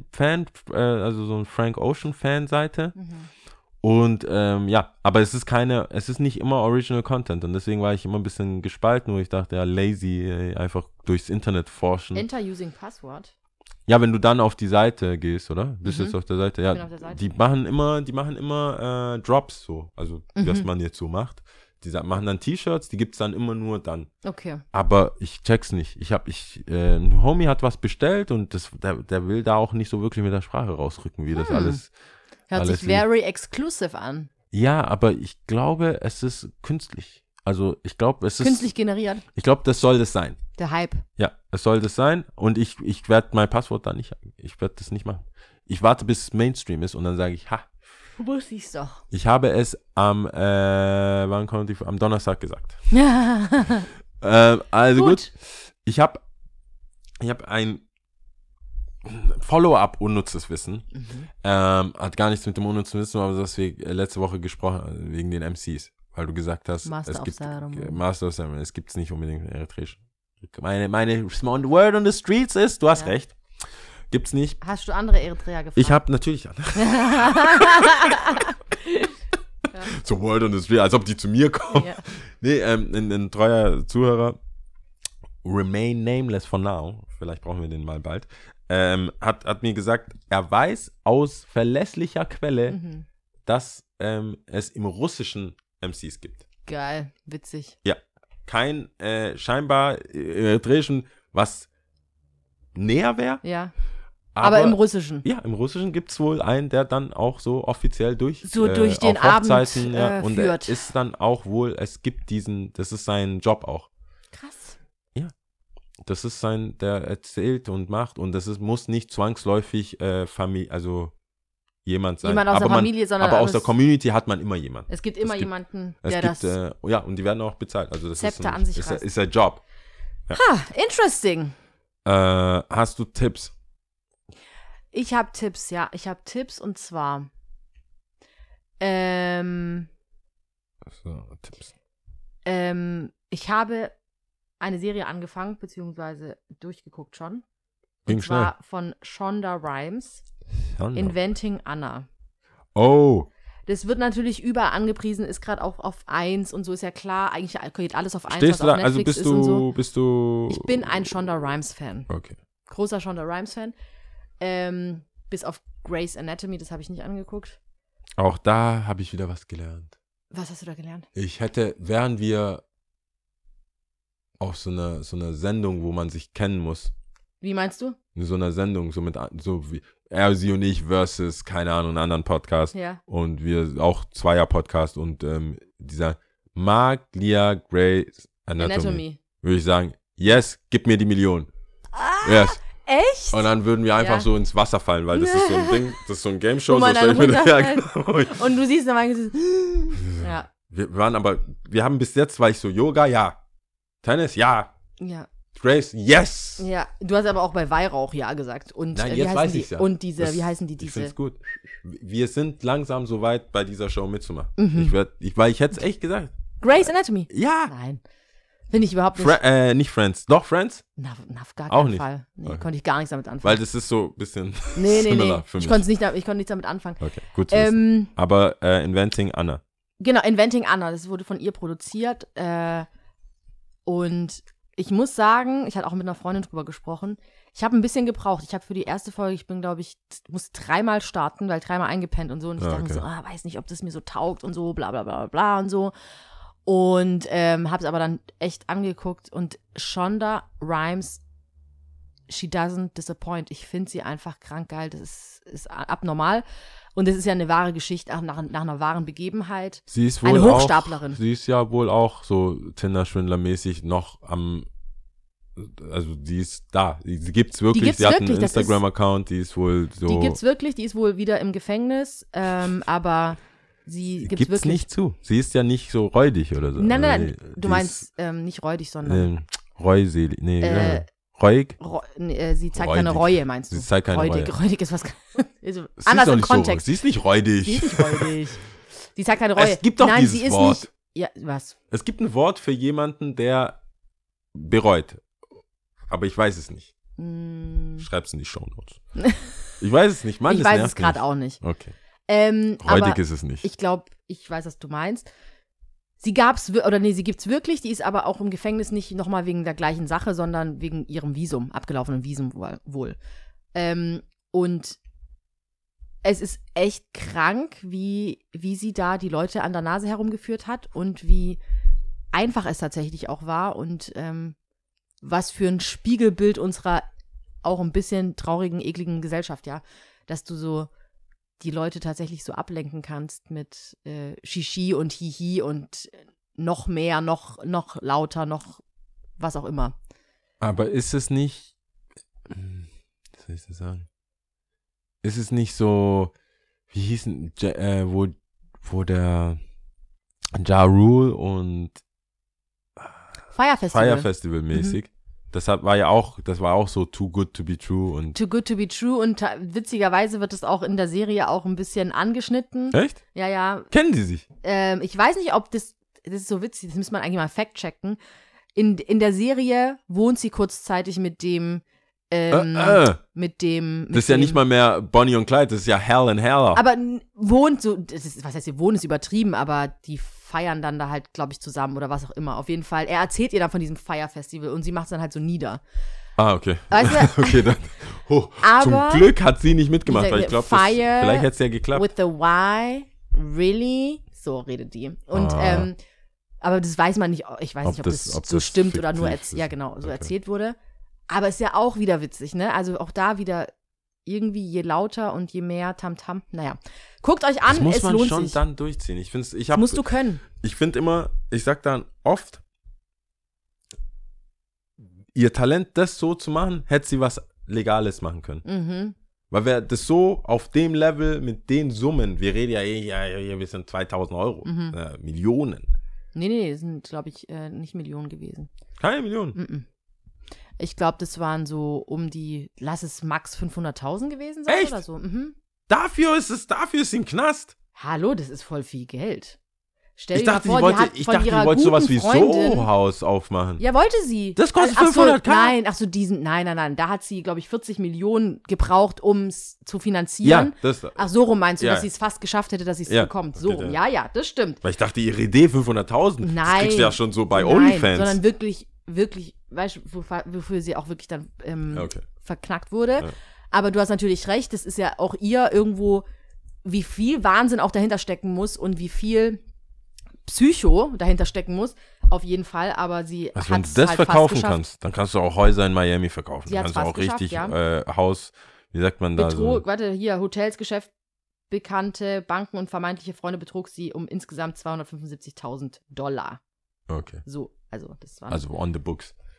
also so ein Frank Ocean-Fanseite. Und ja, aber es ist nicht immer Original Content und deswegen war ich immer ein bisschen gespalten, wo ich dachte, ja, lazy, einfach durchs Internet forschen. Enter using Password. Ja, wenn du dann auf die Seite gehst, oder? Bist du jetzt auf der Seite? Ja, ich bin auf der Seite. die machen immer Drops so, also was man jetzt so macht. Die machen dann T-Shirts, die gibt's dann immer nur dann. Okay. Aber ich check's nicht. Ein Homie hat was bestellt und der will da auch nicht so wirklich mit der Sprache rausrücken, wie das alles. Hört sich very exclusive an. Ja, aber ich glaube, es ist künstlich. Also ich glaube, es ist künstlich generiert. Ich glaube, das soll das sein. Der Hype. Ja, es soll das sein und ich werde mein Passwort da nicht, ich werde das nicht machen. Ich warte, bis es Mainstream ist und dann sage ich, Du wusstest es doch. Ich habe es am Donnerstag gesagt. Also gut. Ich habe ein Follow-up unnützes Wissen. Hat gar nichts mit dem unnützen Wissen, aber das wir letzte Woche gesprochen haben, wegen den MCs. Weil du gesagt hast, Master of Ceremony. Es gibt es nicht unbedingt in Eritreisch. Meine small word on the streets ist, du hast recht. Gibt's nicht. Hast du andere Eritreer gefragt? Ich habe natürlich andere. So word on the street, als ob die zu mir kommen. Ja. Nee, ein treuer Zuhörer, remain nameless for now, vielleicht brauchen wir den mal bald, hat mir gesagt, er weiß aus verlässlicher Quelle, dass es im Russischen MCs gibt. Geil, witzig. Ja, kein scheinbar eritreischen, was näher wäre. Ja. Aber im Russischen. Ja, im Russischen gibt es wohl einen, der dann auch so offiziell durch den Hochzeiten, Abend und führt. ist dann auch wohl, es gibt das ist sein Job auch. Krass. Ja. Das ist der erzählt und macht und muss nicht zwangsläufig Familie, also jemand sein. Jemand aus der Familie, sondern aber aus der Community hat man immer jemanden. Es gibt immer jemanden, der das ja, und die werden auch bezahlt. Also das Zepter an sich reißt. Ist der Job. Ja. Interesting. Hast du Tipps? Ich habe Tipps, ja. Ich habe Tipps und zwar Tipps. Ich habe eine Serie angefangen, beziehungsweise durchgeguckt schon. Ging und zwar von Shonda Rhimes, Inventing Anna. Oh. Das wird natürlich überall angepriesen, ist gerade auch auf 1 und so, ist ja klar. Eigentlich geht alles auf 1, Stehst was auf Netflix ist und so. Bist du... Ich bin ein Shonda Rhimes-Fan. Okay. Großer Shonda Rhimes-Fan. Bis auf Grey's Anatomy, das habe ich nicht angeguckt. Auch da habe ich wieder was gelernt. Was hast du da gelernt? Wären wir auf so einer Sendung, wo man sich kennen muss. Wie meinst du? In so einer Sendung, so wie er, sie und ich versus, keine Ahnung, einen anderen Podcast. Ja. Und wir auch Zweier-Podcast und dieser Grey's Anatomy. Würde ich sagen, yes, gib mir die Million. Yes. Echt? Und dann würden wir einfach so ins Wasser fallen, weil das ist so ein Ding, das ist so ein Game-Show. Wo man so dann runterfällt. genau. Und du siehst dann mal, ja. Wir haben bis jetzt, war ich so, Yoga, ja. Tennis, ja. Ja. Grace, yes. Ja, du hast aber auch bei Weihrauch ja gesagt. Und Nein, wie jetzt heißen weiß die? ich's ja. Und diese, Das, wie heißen die Ich diese? find's gut. Wir sind langsam so weit, bei dieser Show mitzumachen. Mhm. Weil ich hätte es echt gesagt. Grey's Anatomy? Ja. Nein. Finde ich überhaupt nicht. Nicht Friends. Doch, Friends? Na, auf gar Auch keinen nicht. Fall. Nee, Okay. konnte ich gar nichts damit anfangen. Weil das ist so ein bisschen Nee. similar für mich. Ich konnte nichts damit anfangen. Okay, gut zu wissen. Ähm, Aber Inventing Anna. Genau, Inventing Anna, das wurde von ihr produziert. Und ich muss sagen, ich hatte auch mit einer Freundin drüber gesprochen, ich habe ein bisschen gebraucht. Ich habe für die erste Folge, ich bin, glaube ich, musste 3-mal starten, weil 3-mal eingepennt und so. Und ich dachte mir so, weiß nicht, ob das mir so taugt und so, bla bla bla bla und so. Und habe es aber dann echt angeguckt. Und Shonda Rhimes, she doesn't disappoint. Ich finde sie einfach krank geil. Das ist abnormal. Und das ist ja eine wahre Geschichte, auch nach einer wahren Begebenheit. Sie ist wohl eine Hochstaplerin. Sie ist ja wohl auch so Tinder-Schwindler-mäßig noch also die ist da. Sie gibt's wirklich. Sie hat einen Instagram-Account, die ist wohl so. Die gibt's wirklich, die ist wohl wieder im Gefängnis, aber sie gibt's wirklich. Nicht zu. Sie ist ja nicht so räudig oder so. Nein, du meinst nicht räudig, sondern reuselig. Reuig? Sie zeigt keine Reue, meinst du? Sie zeigt keine Reue. Räudig ist was also sie anders ist im nicht Kontext. So, sie ist nicht räudig. Sie ist nicht räudig. Sie zeigt keine Reue. Es gibt doch Nein, dieses sie ist Wort. Nicht, ja, was? Es gibt ein Wort für jemanden, der bereut. Aber ich weiß es nicht. Schreib's in die Shownotes. Ich weiß es nicht. Mann, ich weiß es gerade auch nicht. Okay. Räudig ist es nicht. Ich glaube, ich weiß, was du meinst. Sie gibt's wirklich, die ist aber auch im Gefängnis nicht nochmal wegen der gleichen Sache, sondern wegen ihrem Visum, abgelaufenen Visum wohl. Und es ist echt krank, wie sie da die Leute an der Nase herumgeführt hat und wie einfach es tatsächlich auch war und was für ein Spiegelbild unserer auch ein bisschen traurigen, ekligen Gesellschaft, ja, dass du so die Leute tatsächlich so ablenken kannst mit Shishi und Hihi und noch mehr, noch lauter, noch was auch immer. Aber ist es nicht, was soll ich das sagen? Ist es nicht so, wie hießen, wo der Ja Rule und Fire Festival mäßig. Das war auch so Too Good to be True und Too Good to be True und witzigerweise wird es auch in der Serie auch ein bisschen angeschnitten. Echt? Ja. Kennen die sich? Ich weiß nicht, ob das ist so witzig, das müsste man eigentlich mal fact-checken. In der Serie wohnt sie kurzzeitig mit dem Das ist ja nicht mal mehr Bonnie und Clyde, das ist ja Hell and Heller. Aber wohnt so, was heißt, sie wohnen ist übertrieben, aber die feiern dann da halt, glaube ich, zusammen oder was auch immer. Auf jeden Fall, er erzählt ihr dann von diesem Fire Festival und sie macht es dann halt so nieder. Ah, okay. Weißt du? Okay, dann. Aber zum Glück hat sie nicht mitgemacht, weil ich glaube, vielleicht hätte es ja geklappt. With the why, really? So redet die. Und, aber das weiß man nicht, ich weiß nicht, ob das so stimmt oder nur, so erzählt wurde. Aber ist ja auch wieder witzig, ne? Also auch da wieder irgendwie je lauter und je mehr Tamtam. Naja, guckt euch an, es lohnt sich. Das muss man schon dann durchziehen. Das musst du können. Ich finde immer, ich sag dann oft, ihr Talent, das so zu machen, hätte sie was Legales machen können. Mhm. Weil wir das so auf dem Level mit den Summen, wir reden ja wir sind 2000 Euro, Millionen. Nee, das sind, glaube ich, nicht Millionen gewesen. Keine Millionen? Mhm. Ich glaube, das waren so lass es max 500.000 gewesen sein. Echt? Oder so. Mhm. Dafür ist sie im Knast. Hallo, das ist voll viel Geld. Stell dir dachte, mal vor, die wollte sowas wie Soho-Haus aufmachen. Ja, wollte sie. Das kostet 500.000. Nein. Da hat sie, glaube ich, 40 Millionen gebraucht, um es zu finanzieren. Ja, so rum meinst du, dass sie es fast geschafft hätte, dass sie es bekommt. So rum. Ja, das stimmt. Weil ich dachte, ihre Idee 500.000. Nein. Das kriegst du ja schon so bei OnlyFans. Sondern wirklich, weißt du, wofür sie auch wirklich dann verknackt wurde. Ja. Aber du hast natürlich recht, das ist ja auch ihr irgendwo, wie viel Wahnsinn auch dahinter stecken muss und wie viel Psycho dahinter stecken muss, auf jeden Fall, aber sie hat es wenn du das halt verkaufen fast kannst, dann kannst du auch Häuser in Miami verkaufen. Sie dann kannst du auch geschafft, richtig ja. Haus, wie sagt man da so? Hotels, Geschäft, Bekannte, Banken und vermeintliche Freunde betrug sie um insgesamt $275.000. Okay. So, also das war. Also on the books.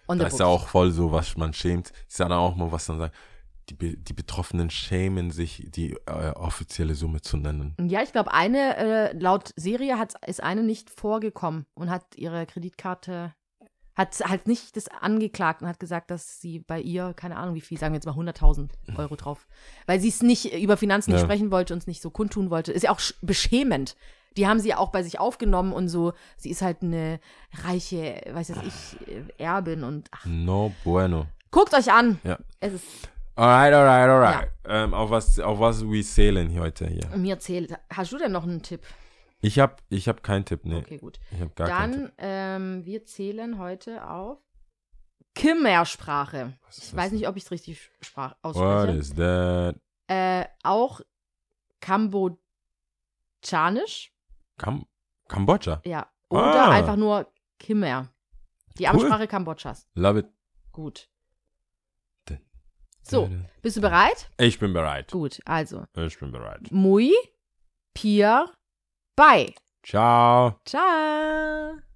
On Da the ist books. ja auch voll so, was man schämt. Ist ja dann auch mal, was dann sagt, die Betroffenen schämen sich, die offizielle Summe zu nennen. Ja, ich glaube, laut Serie ist eine nicht vorgekommen und hat ihre Kreditkarte, hat halt nicht das angeklagt und hat gesagt, dass sie bei ihr, keine Ahnung wie viel, sagen wir jetzt mal 100.000 Euro drauf, weil sie es nicht über Finanzen nicht sprechen wollte und es nicht so kundtun wollte. Ist ja auch beschämend. Die haben sie ja auch bei sich aufgenommen und so. Sie ist halt eine reiche, weiß ich, Erbin und ach. No bueno. Guckt euch an. Ja. Es ist Alright. Auf was wir zählen heute hier? mir zählt. Hast du denn noch einen Tipp? Ich hab keinen Tipp, nee. Okay, gut. Ich hab gar keinen Tipp. Dann, wir zählen heute auf Khmer-Sprache. Ich weiß nicht, ob ich es richtig What ausspreche. is that? Auch Kambodschanisch. Kambodscha. Ja. Oder Ah. einfach nur Khmer. Die Amtssprache Kambodschas. Love it. Gut. So, bist du bereit? Ich bin bereit. Gut, also. Ich bin bereit. Mui, Pier, Bai. Ciao. Ciao.